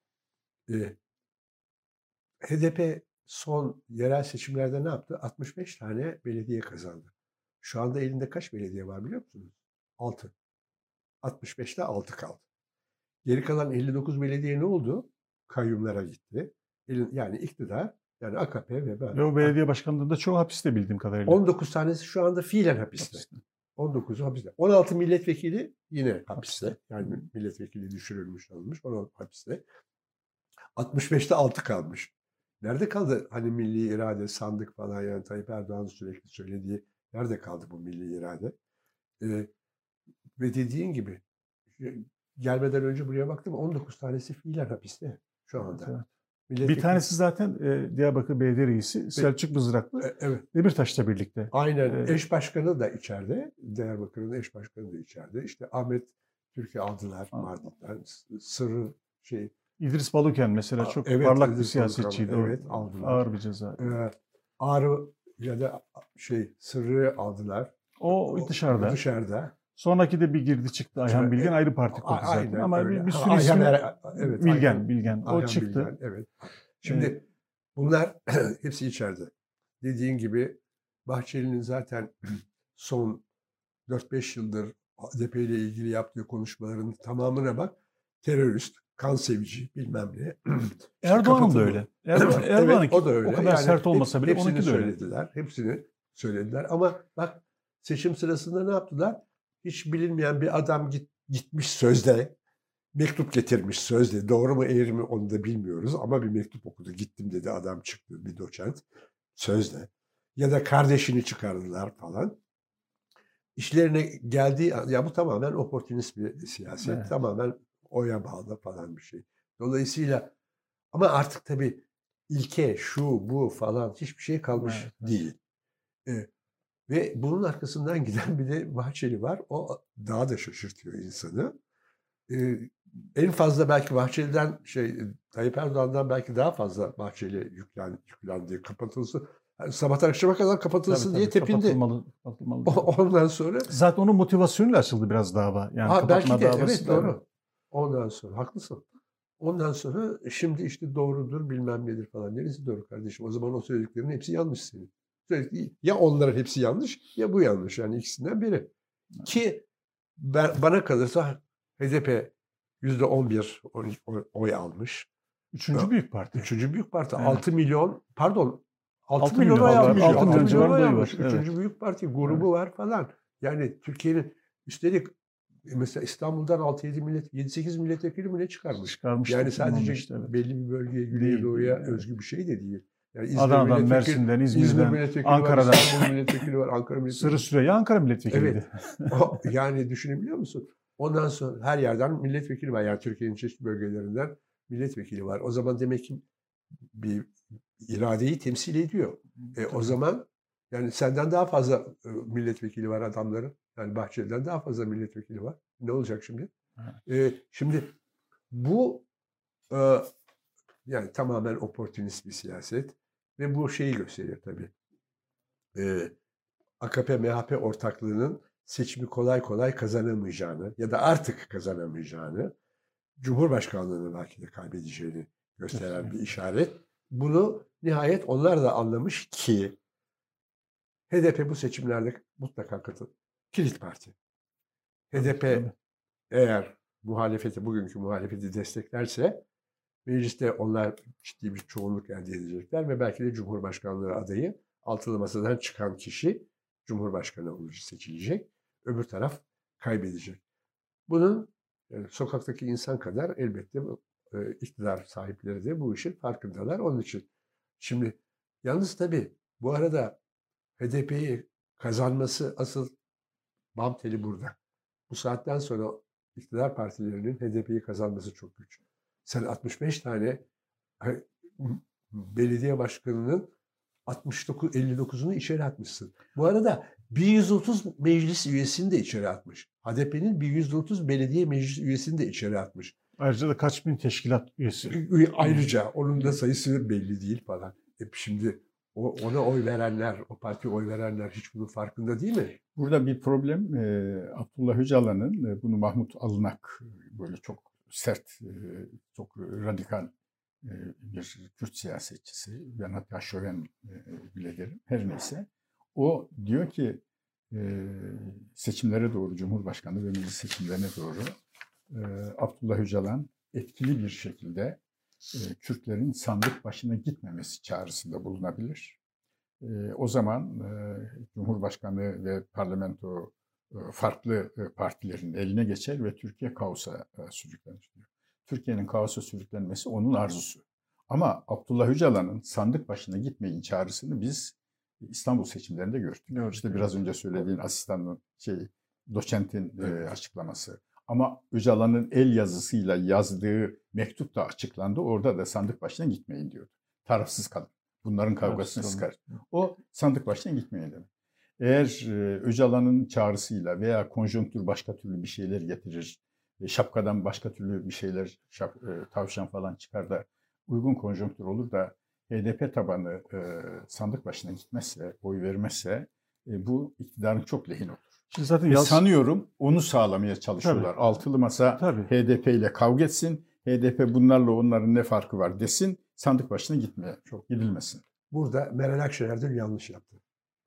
HDP son yerel seçimlerde ne yaptı? 65 tane belediye kazandı. Şu anda elinde kaç belediye var biliyor musunuz? 6. 65'te 6 kaldı. Geri kalan 59 belediye ne oldu? Kayyumlara gitti. Yani iktidar, yani AKP ve ben. Ve o belediye başkanlığında çoğu hapiste bildiğim kadarıyla. 19 tanesi şu anda fiilen hapiste. 19'u hapiste. 16 milletvekili yine hapiste. Yani milletvekili düşürülmüş, alınmış. 16 hapiste. 65'te 6 kalmış. Nerede kaldı hani milli irade, sandık falan, yani Tayyip Erdoğan'ın sürekli söylediği, nerede kaldı bu milli irade? Ve dediğin gibi gelmeden önce buraya baktım, 19 tanesi fiilen hapiste şu anda. Evet. Bir tanesi zaten Diyarbakır Belediye Reisi Selçuk Mızraklı. Evet. Demirtaş'la birlikte. Aynen. Eş başkanı da içeride. Diyarbakır'ın eş başkanı da içeride. İşte Ahmet Türk'ü aldılar Mardin'den. Sırrı İdris Baluken mesela çok evet, parlak bir İdris siyasetçiydi. Baluken, evet, aldılar. Ağır bir ceza. Ağrı ya da Sırrı'yı aldılar. O dışarıda. Dışarıda. Sonraki de bir girdi çıktı. Ayhan Bilgen ayrı parti kurdu zaten. Aynen, ama öyle. bir sürü ismi. Evet, Bilgen. O Ayhan çıktı. Bilgen, evet. Şimdi bunlar hepsi içeride. Dediğin gibi Bahçeli'nin zaten son 4-5 yıldır HDP ile ilgili yaptığı konuşmaların tamamına bak. Terörist, kan sevici, bilmem ne. Erdoğan'ın da öyle. Erdoğan'ın evet, o da öyle. O kadar yani sert olmasa bile hepsini onunki de öyle. söylediler. Hepsini söylediler. Ama bak, seçim sırasında ne yaptılar? Hiç bilinmeyen bir adam gitmiş sözde. Mektup getirmiş sözde. Doğru mu eğri mi onu da bilmiyoruz. Ama bir mektup okudu. Gittim dedi, adam çıktı, bir doçent. Sözde. Ya da kardeşini çıkardılar falan. İşlerine geldiği, ya bu tamamen oportunist bir siyaset. Evet. Tamamen oya bağlı falan bir şey. Dolayısıyla ama artık tabii ilke, şu, bu falan hiçbir şey kalmış değil. Ve bunun arkasından giden bir de Bahçeli var. O daha da şaşırtıyor insanı. En fazla belki Bahçeli'den Tayyip Erdoğan'dan belki daha fazla Bahçeli yüklendi, kapatılsın. Yani sabahtan akşama kadar kapatılsın diye tepindi. Kapatılmalı. Ondan sonra zaten onun motivasyonuyla açıldı biraz dava. Yani belki de davası evet, doğru. Ondan sonra haklısın. Ondan sonra şimdi işte doğrudur bilmem nedir falan. Neresi doğru kardeşim? O zaman o söylediklerinin hepsi yanlış senin. Ya onların hepsi yanlış ya bu yanlış. Yani ikisinden biri. Ki bana kalırsa HDP %11 oy almış. Üçüncü büyük parti. Üçüncü büyük parti. Evet. 6 milyon, pardon, 6 milyon milyon oy almış. 6 milyon civarında oy almış. var. Üçüncü büyük parti grubu var falan. Yani Türkiye'nin üstelik mesela İstanbul'dan 7-8 milletvekili mi ne çıkarmış? Yani sadece belli bir bölgeye, Güneydoğu'ya özgü bir şey de değil. Yani Adana'dan, Mersin'den, İzmir'den, Ankara'dan. İstanbul milletvekili var, Ankara milletvekili. Sırrı Süreyya Ankara milletvekiliydi. Evet. Yani düşünebiliyor musun? Ondan sonra her yerden milletvekili var. Yani Türkiye'nin çeşitli bölgelerinden milletvekili var. O zaman demek ki bir iradeyi temsil ediyor. O zaman yani senden daha fazla milletvekili var adamların. Yani Bahçeli'den daha fazla milletvekili var. Ne olacak şimdi? Şimdi bu yani tamamen oportunist bir siyaset ve bu şeyi gösteriyor tabii. AKP-MHP ortaklığının seçimi kolay kolay kazanamayacağını ya da artık kazanamayacağını, Cumhurbaşkanlığını belki de kaybedeceğini gösteren bir işaret. Bunu nihayet onlar da anlamış ki HDP bu seçimlerde mutlaka kilit parti. HDP eğer bugünkü muhalefeti desteklerse mecliste onlar ciddi bir çoğunluk elde edecekler ve belki de Cumhurbaşkanlığı adayı, altılı masadan çıkan kişi Cumhurbaşkanı seçilecek. Öbür taraf kaybedecek. Bunun sokaktaki insan kadar elbette iktidar sahipleri de bu işin farkındalar. Onun için şimdi yalnız tabii bu arada HDP'yi kazanması asıl bam teli burada. Bu saatten sonra iktidar partilerinin HDP'yi kazanması çok güç. Sen 65 tane belediye başkanının 59'unu içeri atmışsın. Bu arada 1130 meclis üyesini de içeri atmış. HDP'nin 1130 belediye meclis üyesini de içeri atmış. Ayrıca da kaç bin teşkilat üyesi. Ayrıca onun da sayısı belli değil falan. Şimdi ona oy verenler, o partiye oy verenler hiç bunun farkında değil mi? Burada bir problem Abdullah Öcalan'ın bunu Mahmut Alınak böyle çok sert, çok radikal bir Kürt siyasetçisi. Ben hatta şöven bile derim. Her neyse. O diyor ki seçimlere doğru, Cumhurbaşkanlığı ve meclis seçimlerine doğru Abdullah Öcalan etkili bir şekilde Kürtlerin sandık başına gitmemesi çağrısında bulunabilir. O zaman Cumhurbaşkanlığı ve parlamento farklı partilerin eline geçer ve Türkiye kaosa sürüklenir diyor. Türkiye'nin kaosa sürüklenmesi onun arzusu. Ama Abdullah Öcalan'ın sandık başına gitmeyin çağrısını biz İstanbul seçimlerinde gördük. İşte biraz önce söylediğin asistanın doçentin açıklaması. Ama Öcalan'ın el yazısıyla yazdığı mektup da açıklandı. Orada da sandık başına gitmeyin diyordu. Tarafsız kalın. Bunların kavgasını sıkar. O sandık başına gitmeyin demek. Eğer Öcalan'ın çağrısıyla veya konjonktür başka türlü bir şeyler getirir, şapkadan başka türlü bir şeyler, tavşan falan çıkar da uygun konjonktür olur da HDP tabanı sandık başına gitmezse, oy vermezse bu iktidarın çok lehine olur. Şimdi zaten sanıyorum onu sağlamaya çalışıyorlar. Tabii. Altılı masa HDP ile kavga etsin, HDP bunlarla onların ne farkı var desin, sandık başına gidilmesin. Burada Meral Akşener dün yanlış yaptı.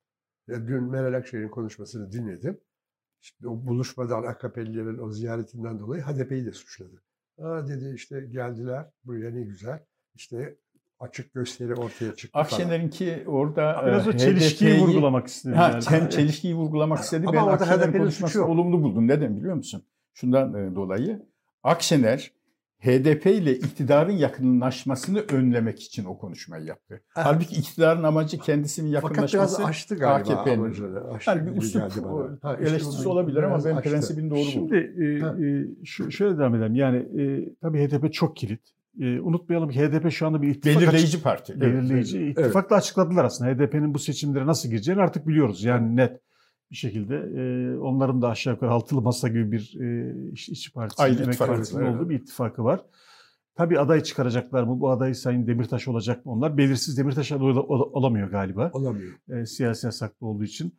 Dün Meral Akşener'in konuşmasını dinledim. İşte o buluşmadan, AKP'lilerin o ziyaretinden dolayı HDP'yi de suçladı. Dedi işte geldiler buraya ne güzel. İşte açık gösteri ortaya çıktı. Akşener'inki orada biraz o çelişkiyi vurgulamak istedi. Yani. Çelişkiyi vurgulamak istedi. Ama ben orada Akşener'in HDP'nin konuşmasını olumlu buldum. Neden biliyor musun? Şundan dolayı Akşener HDP ile iktidarın yakınlaşmasını önlemek için o konuşmayı yaptı. Halbuki iktidarın amacı kendisinin yakınlaşması. Fakat biraz aştı galiba AKP'nin. Yani bir usul eleştirisi olabilir ama ben prensibini doğru buldum. Şimdi şöyle devam edelim. Yani tabii HDP çok kilit. Unutmayalım ki HDP şu anda bir ittifak belirleyici parti. Belirleyici. Evet. İttifakla açıkladılar aslında. HDP'nin bu seçimlere nasıl gireceğini artık biliyoruz. Yani net bir şekilde onların da aşağı yukarı altılı masa gibi bir işçi partisinin, emek partisinin olduğu bir ittifakı var. Tabii aday çıkaracaklar mı? Bu aday Sayın Demirtaş olacak mı? Onlar belirsiz. Demirtaş aday olamıyor galiba. Olamıyor. Siyasi yasaklı olduğu için.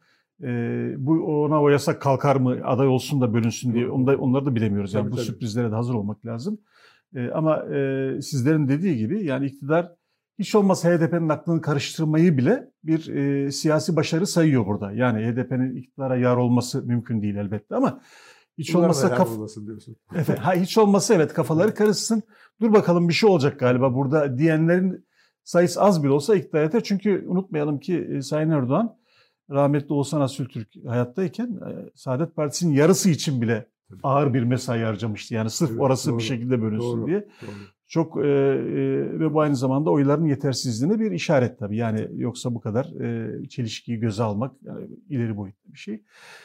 Ona o yasak kalkar mı? Aday olsun da bölünsün diye. Onları da bilemiyoruz. Yani tabii. Sürprizlere de hazır olmak lazım. Ama sizlerin dediği gibi yani iktidar hiç olmazsa HDP'nin aklını karıştırmayı bile bir siyasi başarı sayıyor burada. Yani HDP'nin iktidara yar olması mümkün değil elbette ama hiç olmazsa hiç olmazsa evet kafaları karışsın. Dur bakalım bir şey olacak galiba burada diyenlerin sayısı az bile olsa iktidar yeter. Çünkü unutmayalım ki Sayın Erdoğan rahmetli Oğuzhan Asültürk hayattayken Saadet Partisi'nin yarısı için bile ağır bir mesai harcamıştı. Yani sırf orası bir şekilde bölünsün diye. Doğru. Çok ve bu aynı zamanda oyların yetersizliğine bir işaret tabii. Yani yoksa bu kadar çelişkiyi göze almak yani ileri boyutlu bir şey.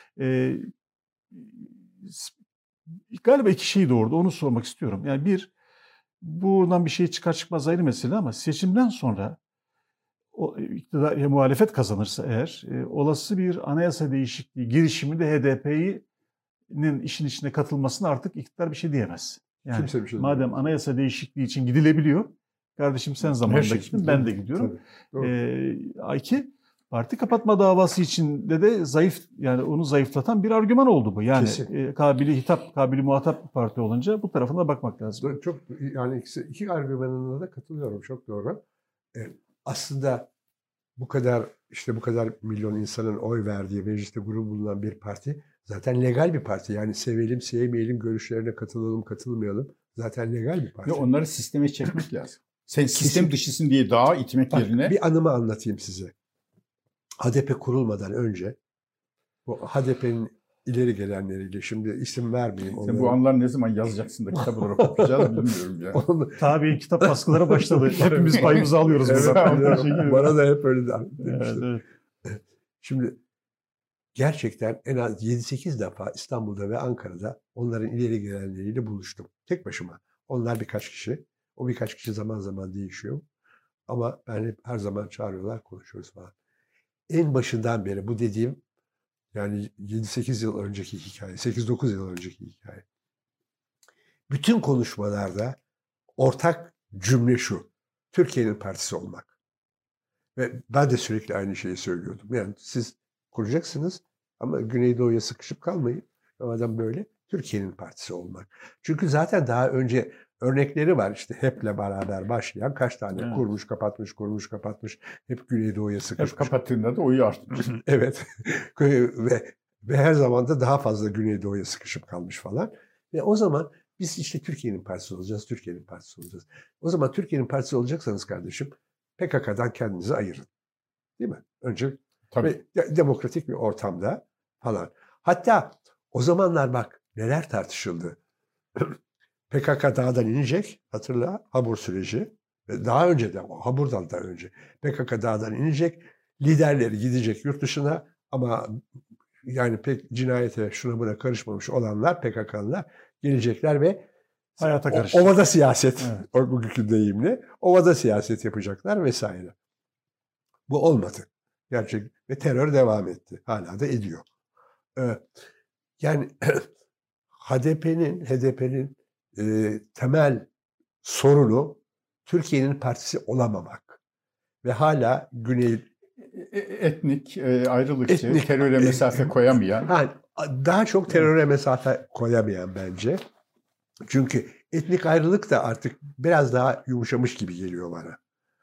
Galiba iki şey doğurdu. Onu sormak istiyorum. Yani bir, buradan bir şey çıkar çıkmaz ayrı mesele ama seçimden sonra iktidar muhalefet kazanırsa eğer olası bir anayasa değişikliği girişiminde HDP'nin işin içine katılmasına artık iktidar bir şey diyemez. Yani bir şey madem anayasa değişikliği için gidilebiliyor, kardeşim sen zamanında gittin, ben de gidiyorum. İki, parti kapatma davası içinde de zayıf, yani onu zayıflatan bir argüman oldu bu. Yani kabili muhatap bir parti olunca bu tarafına bakmak lazım. Çok yani iki argümanına da katılıyorum, çok doğru. Aslında bu kadar milyon insanın oy verdiği mecliste grubu bulunan bir parti zaten legal bir parti. Yani sevelim sevmeyelim, görüşlerine katılalım katılmayalım, zaten legal bir parti. Ve onları sisteme çekmek lazım. Sen sistem dışısın diye dağa itmek yerine. Bir anımı anlatayım size. HDP kurulmadan önce bu HDP'nin ileri gelenleriyle, şimdi isim vermeyeyim. Sen bu anıları ne zaman yazacaksın da kitap olarak okuyacağız bilmiyorum ya. Tabii kitap baskılara başladı. Hepimiz payımızı alıyoruz. Bana da hep öyle demiştim. Şimdi gerçekten en az 7-8 defa İstanbul'da ve Ankara'da onların ileri gelenleriyle buluştum. Tek başıma. Onlar birkaç kişi. O birkaç kişi zaman zaman değişiyor. Ama ben hep her zaman çağırıyorlar, konuşuyoruz falan. En başından beri bu dediğim yani 7-8 yıl önceki hikaye, 8-9 yıl önceki hikaye. Bütün konuşmalarda ortak cümle şu: Türkiye'nin partisi olmak. Ve ben de sürekli aynı şeyi söylüyordum. Yani siz kuracaksınız ama Güneydoğu'ya sıkışıp kalmayın. Adam böyle Türkiye'nin partisi olmak. Çünkü zaten daha önce örnekleri var. İşte HEP'le beraber başlayan kaç tane kurmuş, kapatmış, kurmuş, kapatmış. Hep Güneydoğu'ya sıkışmış. Hep kapattığında da oyu artmış. Evet. ve her zaman da daha fazla Güneydoğu'ya sıkışıp kalmış falan. Ve o zaman biz işte Türkiye'nin partisi olacağız, Türkiye'nin partisi olacağız. O zaman Türkiye'nin partisi olacaksanız kardeşim PKK'dan kendinizi ayırın. Değil mi? Önce ve demokratik bir ortamda falan. Hatta o zamanlar bak neler tartışıldı. PKK dağdan inecek, hatırla, Habur süreci. Daha önce de, Habur'dan da önce. PKK dağdan inecek, liderleri gidecek yurt dışına ama yani pek cinayete şuna buna karışmamış olanlar, PKK'lılar gelecekler ve hayata karışacak. Ovada siyaset, evet. O bugünkü deyimle, ovada siyaset yapacaklar vesaire. Bu olmadı. Gerçek ve terör devam etti. Hala da ediyor. Yani HDP'nin temel sorunu Türkiye'nin partisi olamamak ve hala etnik, ayrılıkçı, teröre mesafe koyamayan. Daha çok teröre mesafe koyamayan bence. Çünkü etnik ayrılık da artık biraz daha yumuşamış gibi geliyor bana.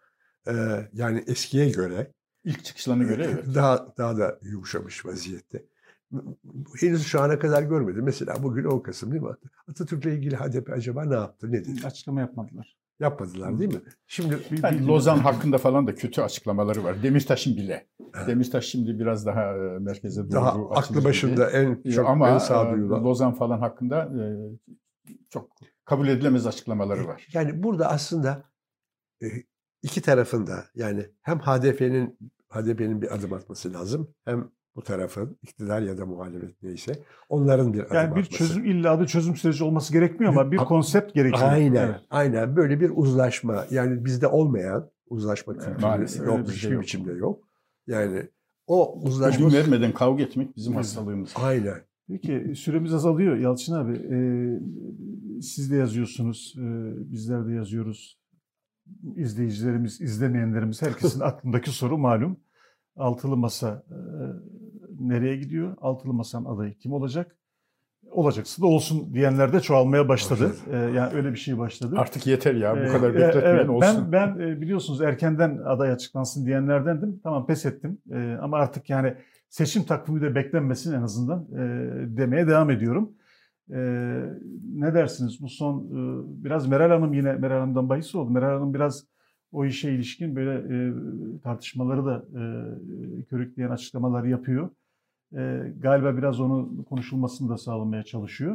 Yani eskiye göre, ilk çıkışlarına göre evet. Daha da yumuşamış vaziyette. Henüz şu ana kadar görmedim. Mesela bugün 10 Kasım değil mi? Atatürk'le ilgili HDP acaba ne yaptı? Ne dedi? Açıklama yapmadılar. Yapmadılar değil mi? Şimdi Lozan hakkında falan da kötü açıklamaları var. Demirtaş'ın bile. Demirtaş şimdi biraz daha merkeze doğru daha aklı başında en çok ama sağduyulu. Lozan falan hakkında çok kabul edilemez açıklamaları var. Yani burada aslında iki tarafında yani hem HDP'nin bir adım atması lazım, hem bu tarafın iktidar ya da muhalefet neyse onların bir adım atması. Yani bir çözüm, illa da çözüm süreci olması gerekmiyor ama bir konsept gerekiyor. Aynen, evet. Aynen böyle bir uzlaşma, yani bizde olmayan uzlaşma kültürü yok, hiçbir yok. biçimde yok. Yani o uzlaşma... Ödün vermeden kavga etmek bizim hastalığımız. Aynen. Peki süremiz azalıyor Yalçın abi. Siz de yazıyorsunuz, bizler de yazıyoruz. İzleyicilerimiz, izlemeyenlerimiz, herkesin aklındaki soru malum. Altılı Masa nereye gidiyor? Altılı Masa'nın adayı kim olacak? Olacaksa da olsun diyenler de çoğalmaya başladı. Yani öyle bir şey başladı. Artık yeter ya, bu kadar bekletmeyin, evet, olsun. Ben biliyorsunuz erkenden aday açıklansın diyenlerdendim. Tamam, pes ettim. Ama artık yani seçim takvimi de beklenmesin en azından demeye devam ediyorum. Ne dersiniz? Bu son biraz Meral Hanım'dan bahis oldu. Meral Hanım biraz o işe ilişkin böyle tartışmaları da körükleyen açıklamalar yapıyor. Galiba biraz onun konuşulmasını da sağlamaya çalışıyor.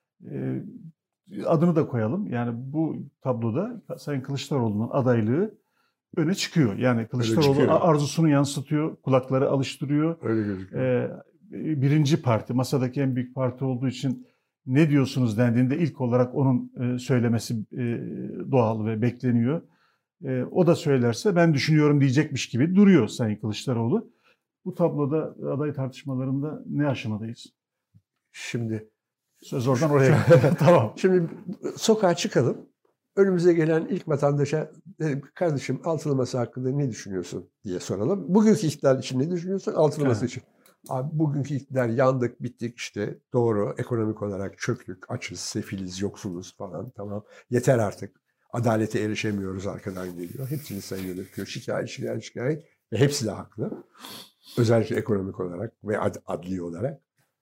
Adını da koyalım. Yani bu tabloda Sayın Kılıçdaroğlu'nun adaylığı öne çıkıyor. Yani Kılıçdaroğlu arzusunu yansıtıyor, kulakları alıştırıyor. Öyle gözüküyor. Birinci parti, masadaki en büyük parti olduğu için ne diyorsunuz dendiğinde ilk olarak onun söylemesi doğal ve bekleniyor. O da söylerse ben düşünüyorum diyecekmiş gibi duruyor Sayın Kılıçdaroğlu. Bu tabloda aday tartışmalarında ne aşamadayız? Şimdi söz oradan oraya gitti. Tamam. Şimdi sokağa çıkalım. Önümüze gelen ilk vatandaşa kardeşim altılı masa hakkında ne düşünüyorsun diye soralım. Bugünkü iktidar için ne düşünüyorsun? Altılı masa için. Abi bugünkü iktidar yandık, bittik işte. Doğru, ekonomik olarak çöktük, açız, sefiliz, yoksuluz falan. Tamam. Yeter artık. Adalete erişemiyoruz, arkadan geliyor. Hepsini sayıyor, döküyor. Şikayet. Ve hepsi de haklı. Özellikle ekonomik olarak ve adli olarak.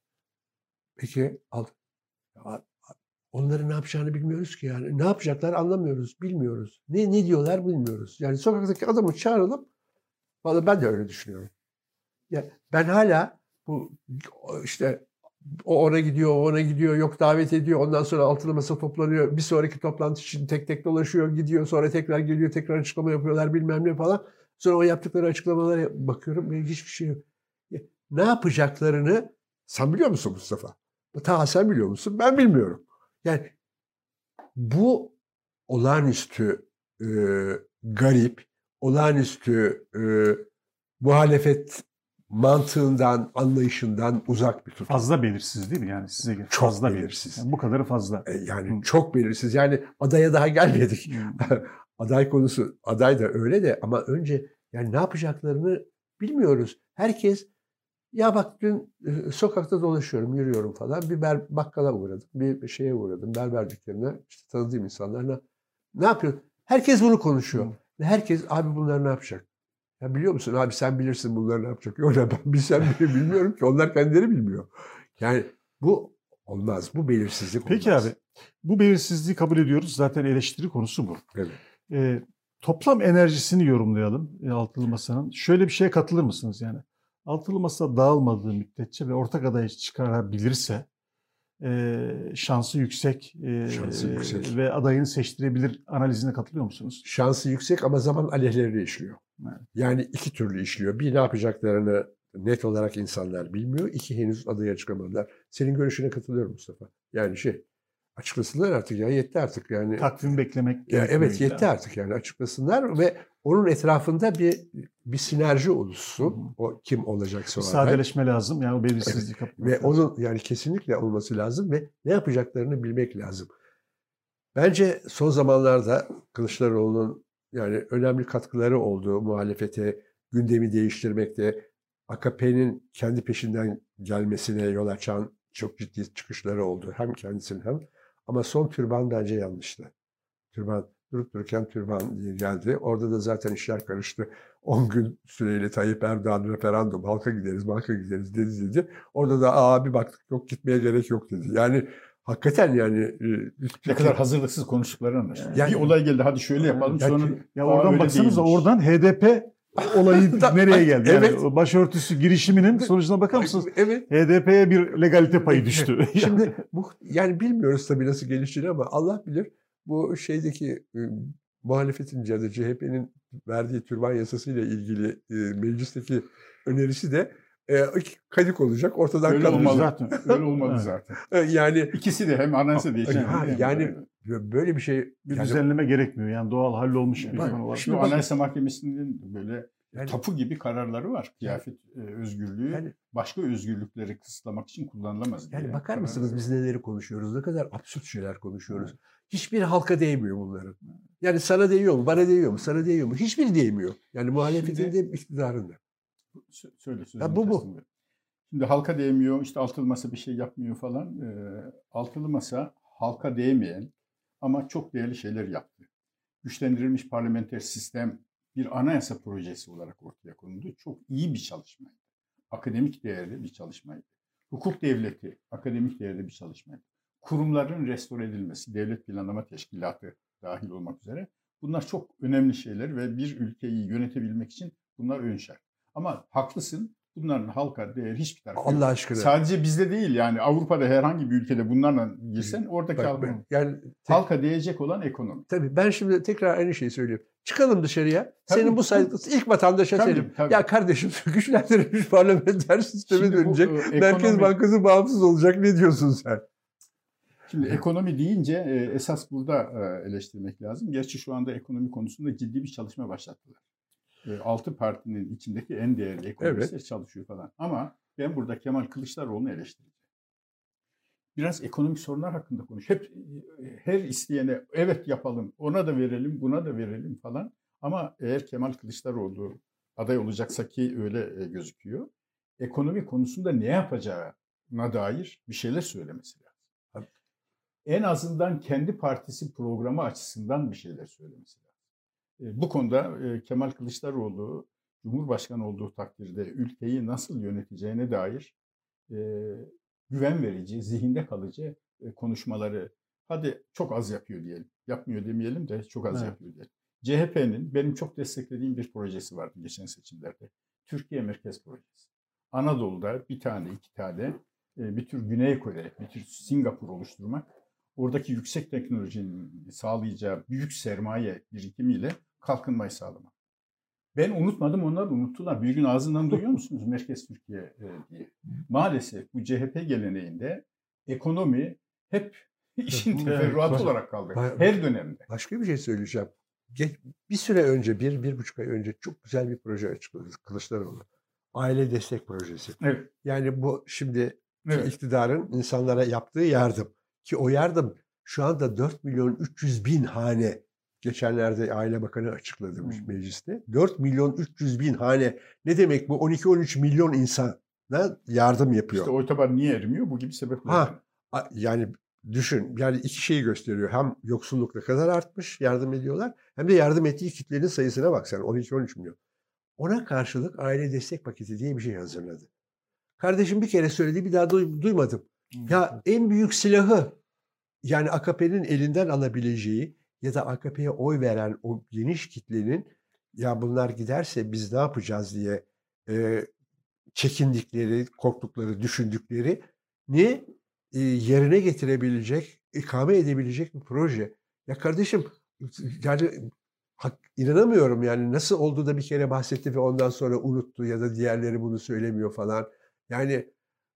Peki onların ne yapacağını bilmiyoruz ki yani. Ne yapacaklar anlamıyoruz, bilmiyoruz. Ne diyorlar bilmiyoruz. Yani sokaktaki adamı çağıralım. Vallahi ben de öyle düşünüyorum. Yani ben hala bu işte o ona gidiyor, yok davet ediyor. Ondan sonra altılı masa toplanıyor. Bir sonraki toplantı için tek tek dolaşıyor, gidiyor. Sonra tekrar geliyor, tekrar açıklama yapıyorlar bilmem ne falan. Sonra o yaptıkları açıklamalara bakıyorum ve hiçbir şey yok. Ne yapacaklarını sen biliyor musun Mustafa? Ta sen biliyor musun? Ben bilmiyorum. Yani bu olağanüstü garip, olağanüstü muhalefet mantığından, anlayışından uzak bir tutum. Fazla belirsiz değil mi yani size göre? Çok Fazla belirsiz. Yani bu kadarı fazla. Yani çok belirsiz. Yani adaya daha gelmedik. Aday konusu, aday da öyle de ama önce yani ne yapacaklarını bilmiyoruz. Herkes ya bak dün sokakta dolaşıyorum, yürüyorum falan. Bir bakkala uğradım, bir şeye uğradım, berber dükkanına. İşte tanıdığım insanlar ne yapıyor? Herkes bunu konuşuyor. Ve herkes abi bunlar ne yapacak? Ya biliyor musun abi sen bilirsin bunlar ne yapacak. Yok ya ben bilsem bile bilmiyorum ki. Onlar kendileri bilmiyor. Yani bu olmaz. Bu belirsizlik olmaz. Peki abi bu belirsizliği kabul ediyoruz. Zaten eleştiri konusu bu. Evet. Toplam enerjisini yorumlayalım Altılı Masa'nın. Şöyle bir şeye katılır mısınız yani? Altılı Masa dağılmadığı müddetçe ve ortak adayı çıkarabilirse şansı yüksek, Şansı yüksek ve adayını seçtirebilir analizine katılıyor musunuz? Şansı yüksek ama zaman aleyhlerine işliyor. Evet. Yani iki türlü işliyor. Bir, ne yapacaklarını net olarak insanlar bilmiyor. İki, henüz adaya çıkamadılar. Senin görüşüne katılıyorum Mustafa. Yani açıklasınlar artık ya, yetti artık yani. Takvim beklemek ya, evet illa. yetti artık yani, açıklasınlar ve onun etrafında bir sinerji oluşsun. O kim olacaksa o aday. Sadeleşme lazım yani o belirsizliği kapatmak Ve lazım. onun yani kesinlikle olması lazım ve ne yapacaklarını bilmek lazım. Bence son zamanlarda Kılıçdaroğlu'nun yani önemli katkıları oldu muhalefete, gündemi değiştirmekte, AKP'nin kendi peşinden gelmesine yol açan çok ciddi çıkışları oldu. Hem kendisinin hem. Ama son türban bence yanlıştı. Türban, durup dururken türban diye geldi. Orada da zaten işler karıştı. 10 gün süreyle Tayyip Erdoğan referandum, halka gideriz dedi. Orada da bir baktık yok, gitmeye gerek yok dedi. Yani hakikaten yani ne kadar hazırlıksız konuştukları anlaşılıyor. Yani, bir olay geldi hadi şöyle yapalım sonra ya oradan baksanıza değilmiş. oradan HDP olayı nereye geldi? Yani Evet. başörtüsü girişiminin sonucuna bakar mısınız? Evet. HDP'ye bir legalite payı düştü. Şimdi bu yani bilmiyoruz tabii nasıl geliştiğini ama Allah bilir. Bu muhalefetin ya da CHP'nin verdiği türban yasasıyla ilgili meclisteki önerisi de kadık olacak, ortadan öyle kalacak. olmalı zaten. Öyle olmalı zaten. Yani İkisi de hem anayasa değişen. yani böyle bir şey Bir yani, düzenleme gerekmiyor. Yani doğal hallolmuş bir konu var. Şimdi Anayasa Mahkemesi'nin böyle yani, tapu gibi kararları var. Kıyafet özgürlüğü yani, başka özgürlükleri kısıtlamak için kullanılamaz diye. Yani bakar mısınız biz neleri konuşuyoruz? Ne kadar absürt şeyler konuşuyoruz. Hiçbir halka değmiyor bunların. Yani sana değiyor mu? Bana değiyor mu? Sana değiyor mu? Hiçbiri değmiyor. Yani muhalefetin de iktidarın da. Söyle. Bu. Şimdi halka değmiyor, işte altılı masa bir şey yapmıyor falan. Altılı masa halka değmeyen ama çok değerli şeyler yaptı. Güçlendirilmiş parlamenter sistem bir anayasa projesi olarak ortaya konuldu. Çok iyi bir çalışmaydı. Akademik değerli bir çalışmaydı. Hukuk devleti akademik değerli bir çalışmaydı. Kurumların restore edilmesi, devlet planlama teşkilatı dahil olmak üzere bunlar çok önemli şeyler ve bir ülkeyi yönetebilmek için bunlar ön şart. Ama haklısın, bunların halka değer hiçbir tarafı yok. Allah aşkına. Sadece bizde değil yani Avrupa'da herhangi bir ülkede bunlarla girsen oradaki halka değecek olan ekonomi. Tabii ben şimdi tekrar aynı şeyi söylüyorum. Çıkalım dışarıya. Tabii, senin bu saydığı ilk vatandaşa söyleyeyim. Ya kardeşim güçlendirilmiş parlamenter sisteme dönecek. Merkez Bankası bağımsız olacak. Ne diyorsun sen? Şimdi ekonomi deyince esas burada eleştirmek lazım. Gerçi şu anda ekonomi konusunda ciddi bir çalışma başlattılar. 6 partinin içindeki en değerli ekonomistler çalışıyor falan. Ama ben burada Kemal Kılıçdaroğlu'nu eleştireceğim. Biraz ekonomik sorunlar hakkında konuş. Hep her isteyene evet yapalım, ona da verelim, buna da verelim falan. Ama eğer Kemal Kılıçdaroğlu aday olacaksa ki öyle gözüküyor, ekonomi konusunda ne yapacağına dair bir şeyler söylemesi lazım. En azından kendi partisi programı açısından bir şeyler söylemesi lazım. Bu konuda Kemal Kılıçdaroğlu Cumhurbaşkanı olduğu takdirde ülkeyi nasıl yöneteceğine dair güven verici, zihinde kalıcı konuşmaları hadi çok az yapıyor diyelim. Yapmıyor demeyelim de çok az yapıyor diyelim. CHP'nin benim çok desteklediğim bir projesi vardı geçen seçimlerde. Türkiye Merkez Projesi. Anadolu'da bir tane, iki tane bir tür Güney Kore, bir tür Singapur oluşturmak. Oradaki yüksek teknolojinin sağlayacağı büyük sermaye birikimiyle kalkınmayı sağlamak. Ben unutmadım, onlar unuttular. Bir gün ağzından duyuyor musunuz Merkez Türkiye diye. Maalesef bu CHP geleneğinde ekonomi hep işin teferruatı olarak kaldı. Her dönemde. Başka bir şey söyleyeceğim. bir süre önce, 1,5 ay önce çok güzel bir proje açıkladı Kılıçdaroğlu. Aile destek projesi. Evet. Yani bu şimdiki Evet. iktidarın insanlara yaptığı yardım. Ki o yardım şu anda 4.300.000 hane. Geçenlerde Aile Bakanı açıkladı mecliste. 4.300.000 hane. Ne demek bu? 12-13 milyon insana yardım yapıyor. İşte o itibar niye erimiyor? Bu gibi sebepler. Yani düşün, yani iki şeyi gösteriyor. Hem yoksulluk ne kadar artmış, yardım ediyorlar. Hem de yardım ettiği kitlenin sayısına bak sen, 12-13 milyon. Ona karşılık aile destek paketi diye bir şey hazırladı. Kardeşim bir kere söyledi, bir daha duymadım. Ya en büyük silahı, yani AKP'nin elinden alabileceği ya da AKP'ye oy veren o geniş kitlenin, ya bunlar giderse biz ne yapacağız diye çekindikleri, korktukları, düşündükleri ne yerine getirebilecek, ikame edebilecek bir proje. Ya kardeşim, yani inanamıyorum yani, nasıl oldu da bir kere bahsetti ve ondan sonra unuttu ya da diğerleri bunu söylemiyor falan. Yani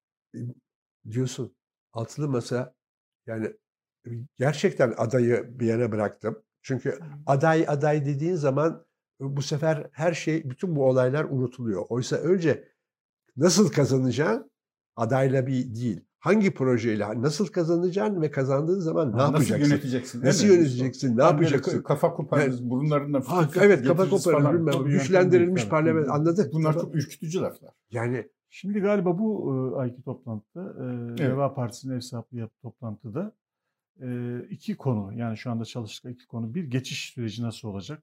diyorsun altılı masa, yani gerçekten adayı bir yana bıraktım. Çünkü aday dediğin zaman bu sefer her şey, bütün bu olaylar unutuluyor. Oysa önce nasıl kazanacaksın? Adayla bir değil. Hangi projeyle nasıl kazanacaksın ve kazandığın zaman ne yapacaksın? Nasıl yöneteceksin? Nasıl yöneteceksin? Ne yapacaksın? Kafa koparırız, burunlarından evet, kafa koparırız, bilmem. Güçlendirilmiş parlamento, anladık. Bunlar çok ürkütücü laflar. Yani şimdi galiba bu ayki toplantıda, Deva Partisi'nin ev sahipliği yaptığı toplantıda iki konu, yani şu anda çalıştığı iki konu. Bir, geçiş süreci nasıl olacak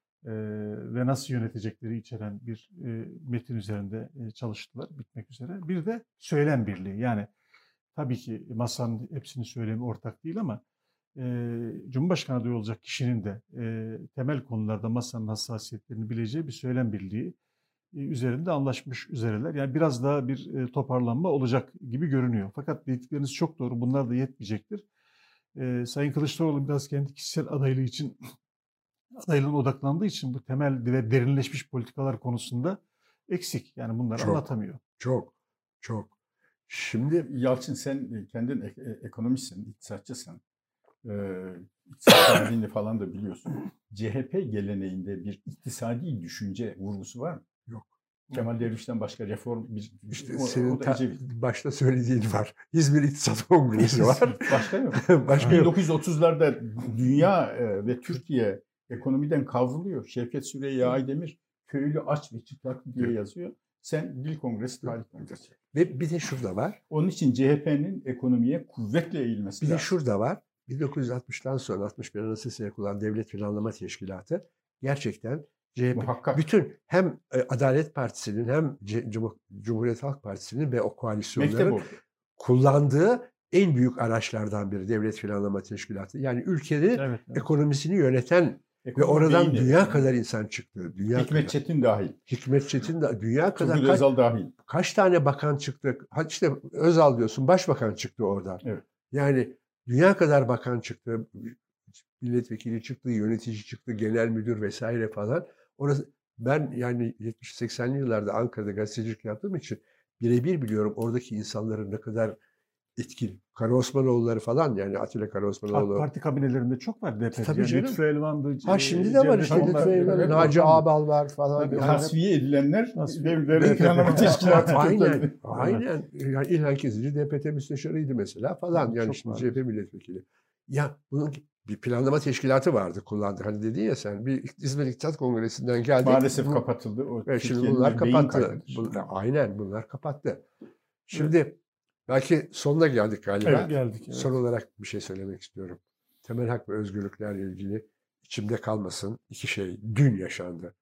ve nasıl yönetecekleri içeren bir metin üzerinde çalıştılar, bitmek üzere. Bir de söylem birliği. Yani tabii ki masanın hepsini söylemi ortak değil ama Cumhurbaşkanı adayı olacak kişinin de temel konularda masanın hassasiyetlerini bileceği bir söylem birliği üzerinde anlaşmış üzereler. Yani biraz daha bir toparlanma olacak gibi görünüyor. Fakat dedikleriniz çok doğru. Bunlar da yetmeyecektir. Sayın Kılıçdaroğlu biraz kendi kişisel adaylığı için, adaylığına odaklandığı için bu temel ve derinleşmiş politikalar konusunda eksik. Yani bunları anlatamıyor. Çok. Şimdi Yalçın, sen kendin ekonomistsin, iktisatçısın. İktisat tarihini falan da biliyorsun. CHP geleneğinde bir iktisadi düşünce vurgusu var mı? Yok. Kemal Derviş'ten başka reform işte senin başta söylediğin var. İzmir İktisat Kongresi var. Başka yok. Başka 1930'larda dünya ve Türkiye ekonomiden kavruluyor. Şevket Süreyya Aydemir köylü aç ve çıplak diye yazıyor. Sen Dil Kongresi, Tarih Kongresi. Ve bir de şurada var. Onun için CHP'nin ekonomiye kuvvetle eğilmesi lazım. Bir de şurada var. 1960'tan sonra 61 Anayasası'ya kurulan Devlet Planlama Teşkilatı gerçekten Muhakkak. bütün hem Adalet Partisi'nin hem Cumhuriyet Halk Partisi'nin ve o koalisyonların kullandığı en büyük araçlardan biri Devlet Planlama Teşkilatı. Yani ülkenin ekonomisini yöneten ve oradan dünya kadar insan çıktı. Hikmet Çetin dahil. Hikmet Çetin de dünya kadar. Turgut Özal dahil. Kaç tane bakan çıktı? İşte Özal diyorsun, başbakan çıktı oradan. Evet. Yani dünya kadar bakan çıktı, milletvekili çıktı, yönetici çıktı, genel müdür vesaire falan. Orası, ben yani 70-80'li yıllarda Ankara'da gazetecilik yaptığım için birebir biliyorum oradaki insanların ne kadar etkili. Karaosmanoğulları falan, yani Atilla Karaosmanoğlu. AK Parti kabinelerinde çok var DP'de. Tabii canım. Lütfü Elvan'dı. Şimdi de var işte Lütfü Elvan, Naci Ağbal var falan. Tasfiye edilenler Devlet Planlama Teşkilatı. Aynen. Yani İlhan Kesici DPT müsteşarıydı mesela falan. Yani şimdi CHP milletvekili. Ya bunun bir planlama teşkilatı vardı, kullandı. Hani dedin ya sen, bir İzmir İktisat Kongresi'nden geldi. Maalesef kapatıldı. Şimdi bunlar kapattı. Aynen, bunlar kapattı. Şimdi belki sonuna geldik galiba. Evet, geldik. Evet. Son olarak bir şey söylemek istiyorum. Temel hak ve özgürlüklerle ilgili içimde kalmasın iki şey dün yaşandı.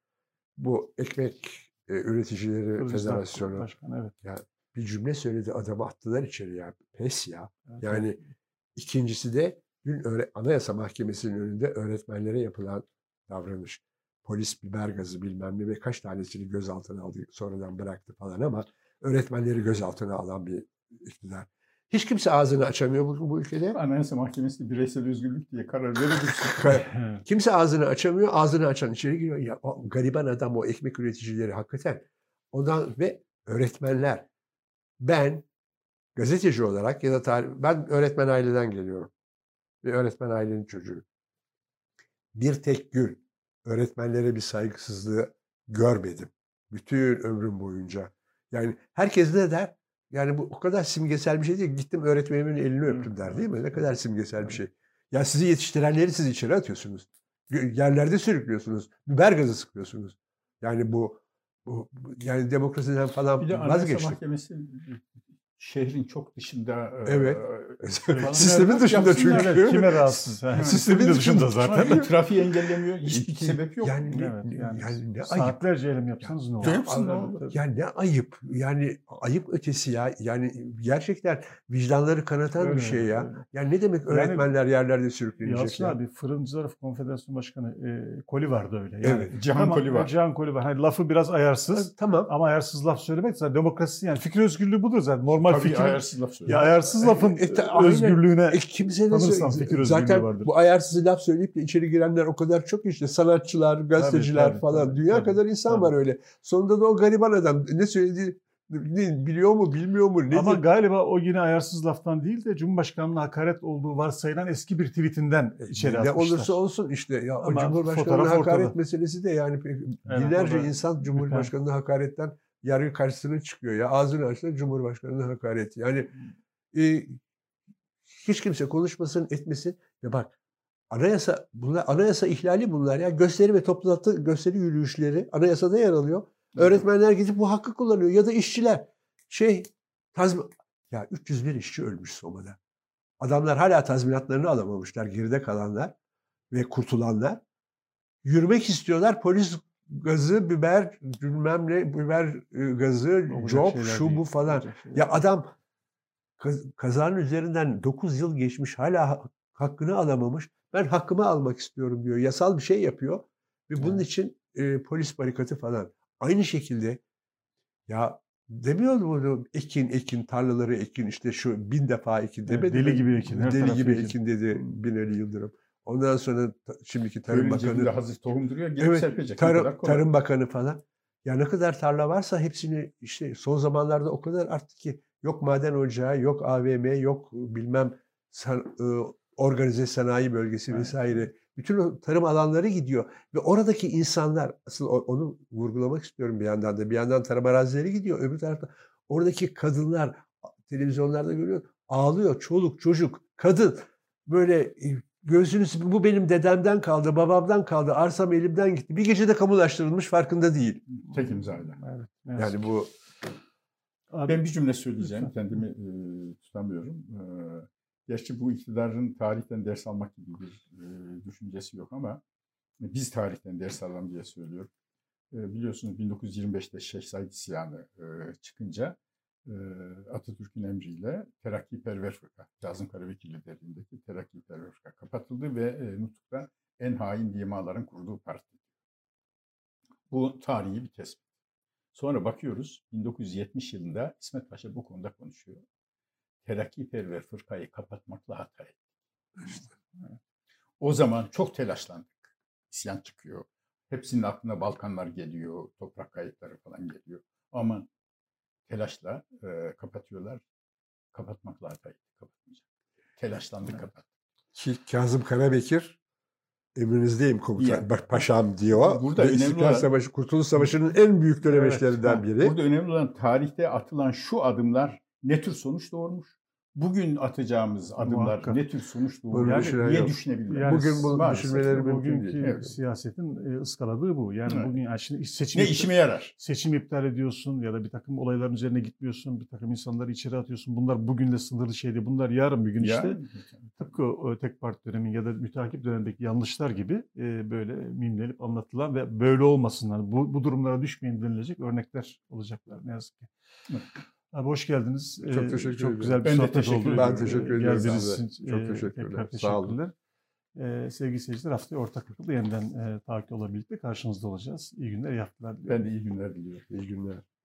Bu ekmek üreticileri federasyonu. Evet. Ya bir cümle söyledi, adamı attılar içeri ya. Pes ya. Yani ikincisi de dün Anayasa Mahkemesi'nin önünde öğretmenlere yapılan davranış. Polis biber gazı bilmem ne ve kaç tanesini gözaltına aldı, sonradan bıraktı falan, ama öğretmenleri gözaltına alan bir iktidar. Hiç kimse ağzını açamıyor bu ülkede. Anayasa Mahkemesi bireysel özgürlük diye karar verir. Kimse ağzını açamıyor. Ağzını açan içeri giriyor. Ya, o gariban adam, o ekmek üreticileri hakikaten. Ondan ve öğretmenler. Ben gazeteci olarak ya da ben öğretmen aileden geliyorum. Ve öğretmen ailenin çocuğu. Bir tek gün öğretmenlere bir saygısızlığı görmedim. Bütün ömrüm boyunca. Yani herkes ne der? Yani bu o kadar simgesel bir şey değil. Gittim öğretmenimin elini öptüm der değil mi? Ne kadar simgesel bir şey. Ya sizi yetiştirenleri siz içeri atıyorsunuz. Yerlerde sürüklüyorsunuz. Biber gazı sıkıyorsunuz. Yani bu yani demokrasiden falan Bir de Anayasa vazgeçtik. Mahkemesi şehrin çok dışında Evet. falan. Sistemin dışında çünkü. Evet, kime rahatsız? Sistemin dışında zaten. Trafiği engellemiyor. Hiçbir sebep yok. Yani Yani ne ayıp. saatlerce eylem yapsanız ne olur? Yani ne ayıp. Yani ayıp ötesi ya. Yani gerçekten vicdanları kanatan Öyle, bir şey ya. öyle. Yani ne demek öğretmenler yerlerde sürüklenecek Yalçın ya? abi Fırıncılar Konfederasyonu Başkanı Koli vardı öyle. Yani, Evet. Cihan Koli var. Cihan Koli var. Hani lafı biraz ayarsız. Tamam. Ama ayarsız laf söylemek zaten demokrasi yani fikir özgürlüğü budur zaten. Normal Tabii fikir. ayarsız laf söylüyor. Ya ayarsız lafın özgürlüğüne Kimse de tanırsan fikir özgürlüğü zaten vardır. bu ayarsız laf söyleyip de içeri girenler o kadar çok işte sanatçılar, gazeteciler tabii, falan. tabii, Dünya tabii, kadar insan tabii. var öyle. Sonunda da o gariban adam ne söylediği biliyor mu bilmiyor mu? Nedir? Ama galiba o yine ayarsız laftan değil de Cumhurbaşkanı'na hakaret olduğu varsayılan eski bir tweetinden içeri ne atmışlar. olursa olsun işte ya o Ama Cumhurbaşkanı'na fotoğraf hakaret ortada. meselesi de yani Evet, binlerce o da insan Cumhurbaşkanı'na hakaretten yargı karşısına çıkıyor ya ağzını açsa Cumhurbaşkanı'na hakaret. Yani hiç kimse konuşmasın etmesin ve bak anayasa ihlali bunlar ya gösteri ve toplantı gösteri yürüyüşleri anayasada yer alıyor. Öğretmenler gidip bu hakkı kullanıyor ya da işçiler ya 301 işçi ölmüş Soma'da. Adamlar hala tazminatlarını alamamışlar geride kalanlar ve kurtulanlar. Yürümek istiyorlar polis gazı, biber bilmem ne, biber gazı, cop, şu bu falan. Ya adam kazanın üzerinden 9 yıl geçmiş hala hakkını alamamış. Ben hakkımı almak istiyorum diyor. Yasal bir şey yapıyor. Ve bunun için polis barikatı falan. Aynı şekilde ya demiyor mu ekin tarlaları ekin işte şu 1000 defa ekin demedi. Deli gibi ekin. Deli gibi ekin dedi Binali Yıldırım. Ondan sonra şimdiki Tarım Bakanı. Hazır tohum duruyor. Gelip Evet, serpecek. Tarım Bakanı falan. Ya ne kadar tarla varsa hepsini işte son zamanlarda o kadar arttı ki yok maden ocağı, yok AVM, yok bilmem organize sanayi bölgesi vesaire. Bütün o tarım alanları gidiyor ve oradaki insanlar asıl onu vurgulamak istiyorum bir yandan da. Bir yandan tarım arazileri gidiyor. Öbür tarafta oradaki kadınlar televizyonlarda görüyor. Ağlıyor. Çoluk, çocuk, kadın böyle göğsünüz bu benim dedemden kaldı, babamdan kaldı, arsam elimden gitti. Bir gecede kamulaştırılmış farkında değil. Tek imzayla. Evet, Yani bu... Abi, ben bir cümle söyleyeceğim. Kendimi tutamıyorum. Gerçi bu iktidarın tarihten ders almak gibi bir düşüncesi yok ama biz tarihten ders alalım diye söylüyorum. Biliyorsunuz 1925'te Şeyh Said isyanı çıkınca Atatürk'ün emriyle Terakkiperver Fırka, Kazım Karabekir liderliğindeki Terakkiperver Fırka kapatıldı ve Nutuk'ta en hain dimaların kurduğu parti. Bu tarihi bir tespit. Sonra bakıyoruz 1970 yılında İsmet Paşa bu konuda konuşuyor. Terakkiperver Fırkayı kapatmakla hata ettik. İşte. O zaman çok telaşlandık. İsyan çıkıyor. Hepsinin aklına Balkanlar geliyor, toprak kayıpları falan geliyor. Ama telaşla kapatıyorlar. Kapatmakla hata ettik. Kapatmayacak. Telaşlandık kapattık. Ki Kazım Karabekir emrinizdeyim komutan, paşam diyor. Burada ve İstiklal Savaşı, Kurtuluş Savaşı'nın en büyük dönemeçlerinden biri. Burada önemli olan tarihte atılan şu adımlar ne tür sonuç doğurmuş? Bugün atacağımız adımlar Muhakkak. ne tür sonuç doğurur? Yani, niye düşünebilmez? Yani bugün bunu düşünmeleri mümkün bugünkü değil. Evet. Siyasetin ıskaladığı bu. Yani bugün yani şimdi ne işime yarar? Seçim iptal ediyorsun ya da bir takım olayların üzerine gitmiyorsun, bir takım insanları içeri atıyorsun. Bunlar bugünle sınırlı şey değil. Bunlar yarın bir gün işte tıpkı o tek parti dönemin ya da müteakip dönemdeki yanlışlar gibi böyle mimlenip anlatılan ve böyle olmasınlar. Bu durumlara düşmeyin denilecek örnekler olacaklar ne yazık ki. Evet. Abi hoş geldiniz. Çok teşekkür ederim. Çok güzel bir sohbet oldu. Ben teşekkür ederim. Geldiğiniz için çok teşekkürler. Sağ olun. Sevgili seyirciler haftaya ortak akıllı yeniden takip olabildik. Karşınızda olacağız. İyi günler, iyi haftalar diliyorum. Ben de iyi günler diliyorum. İyi günler.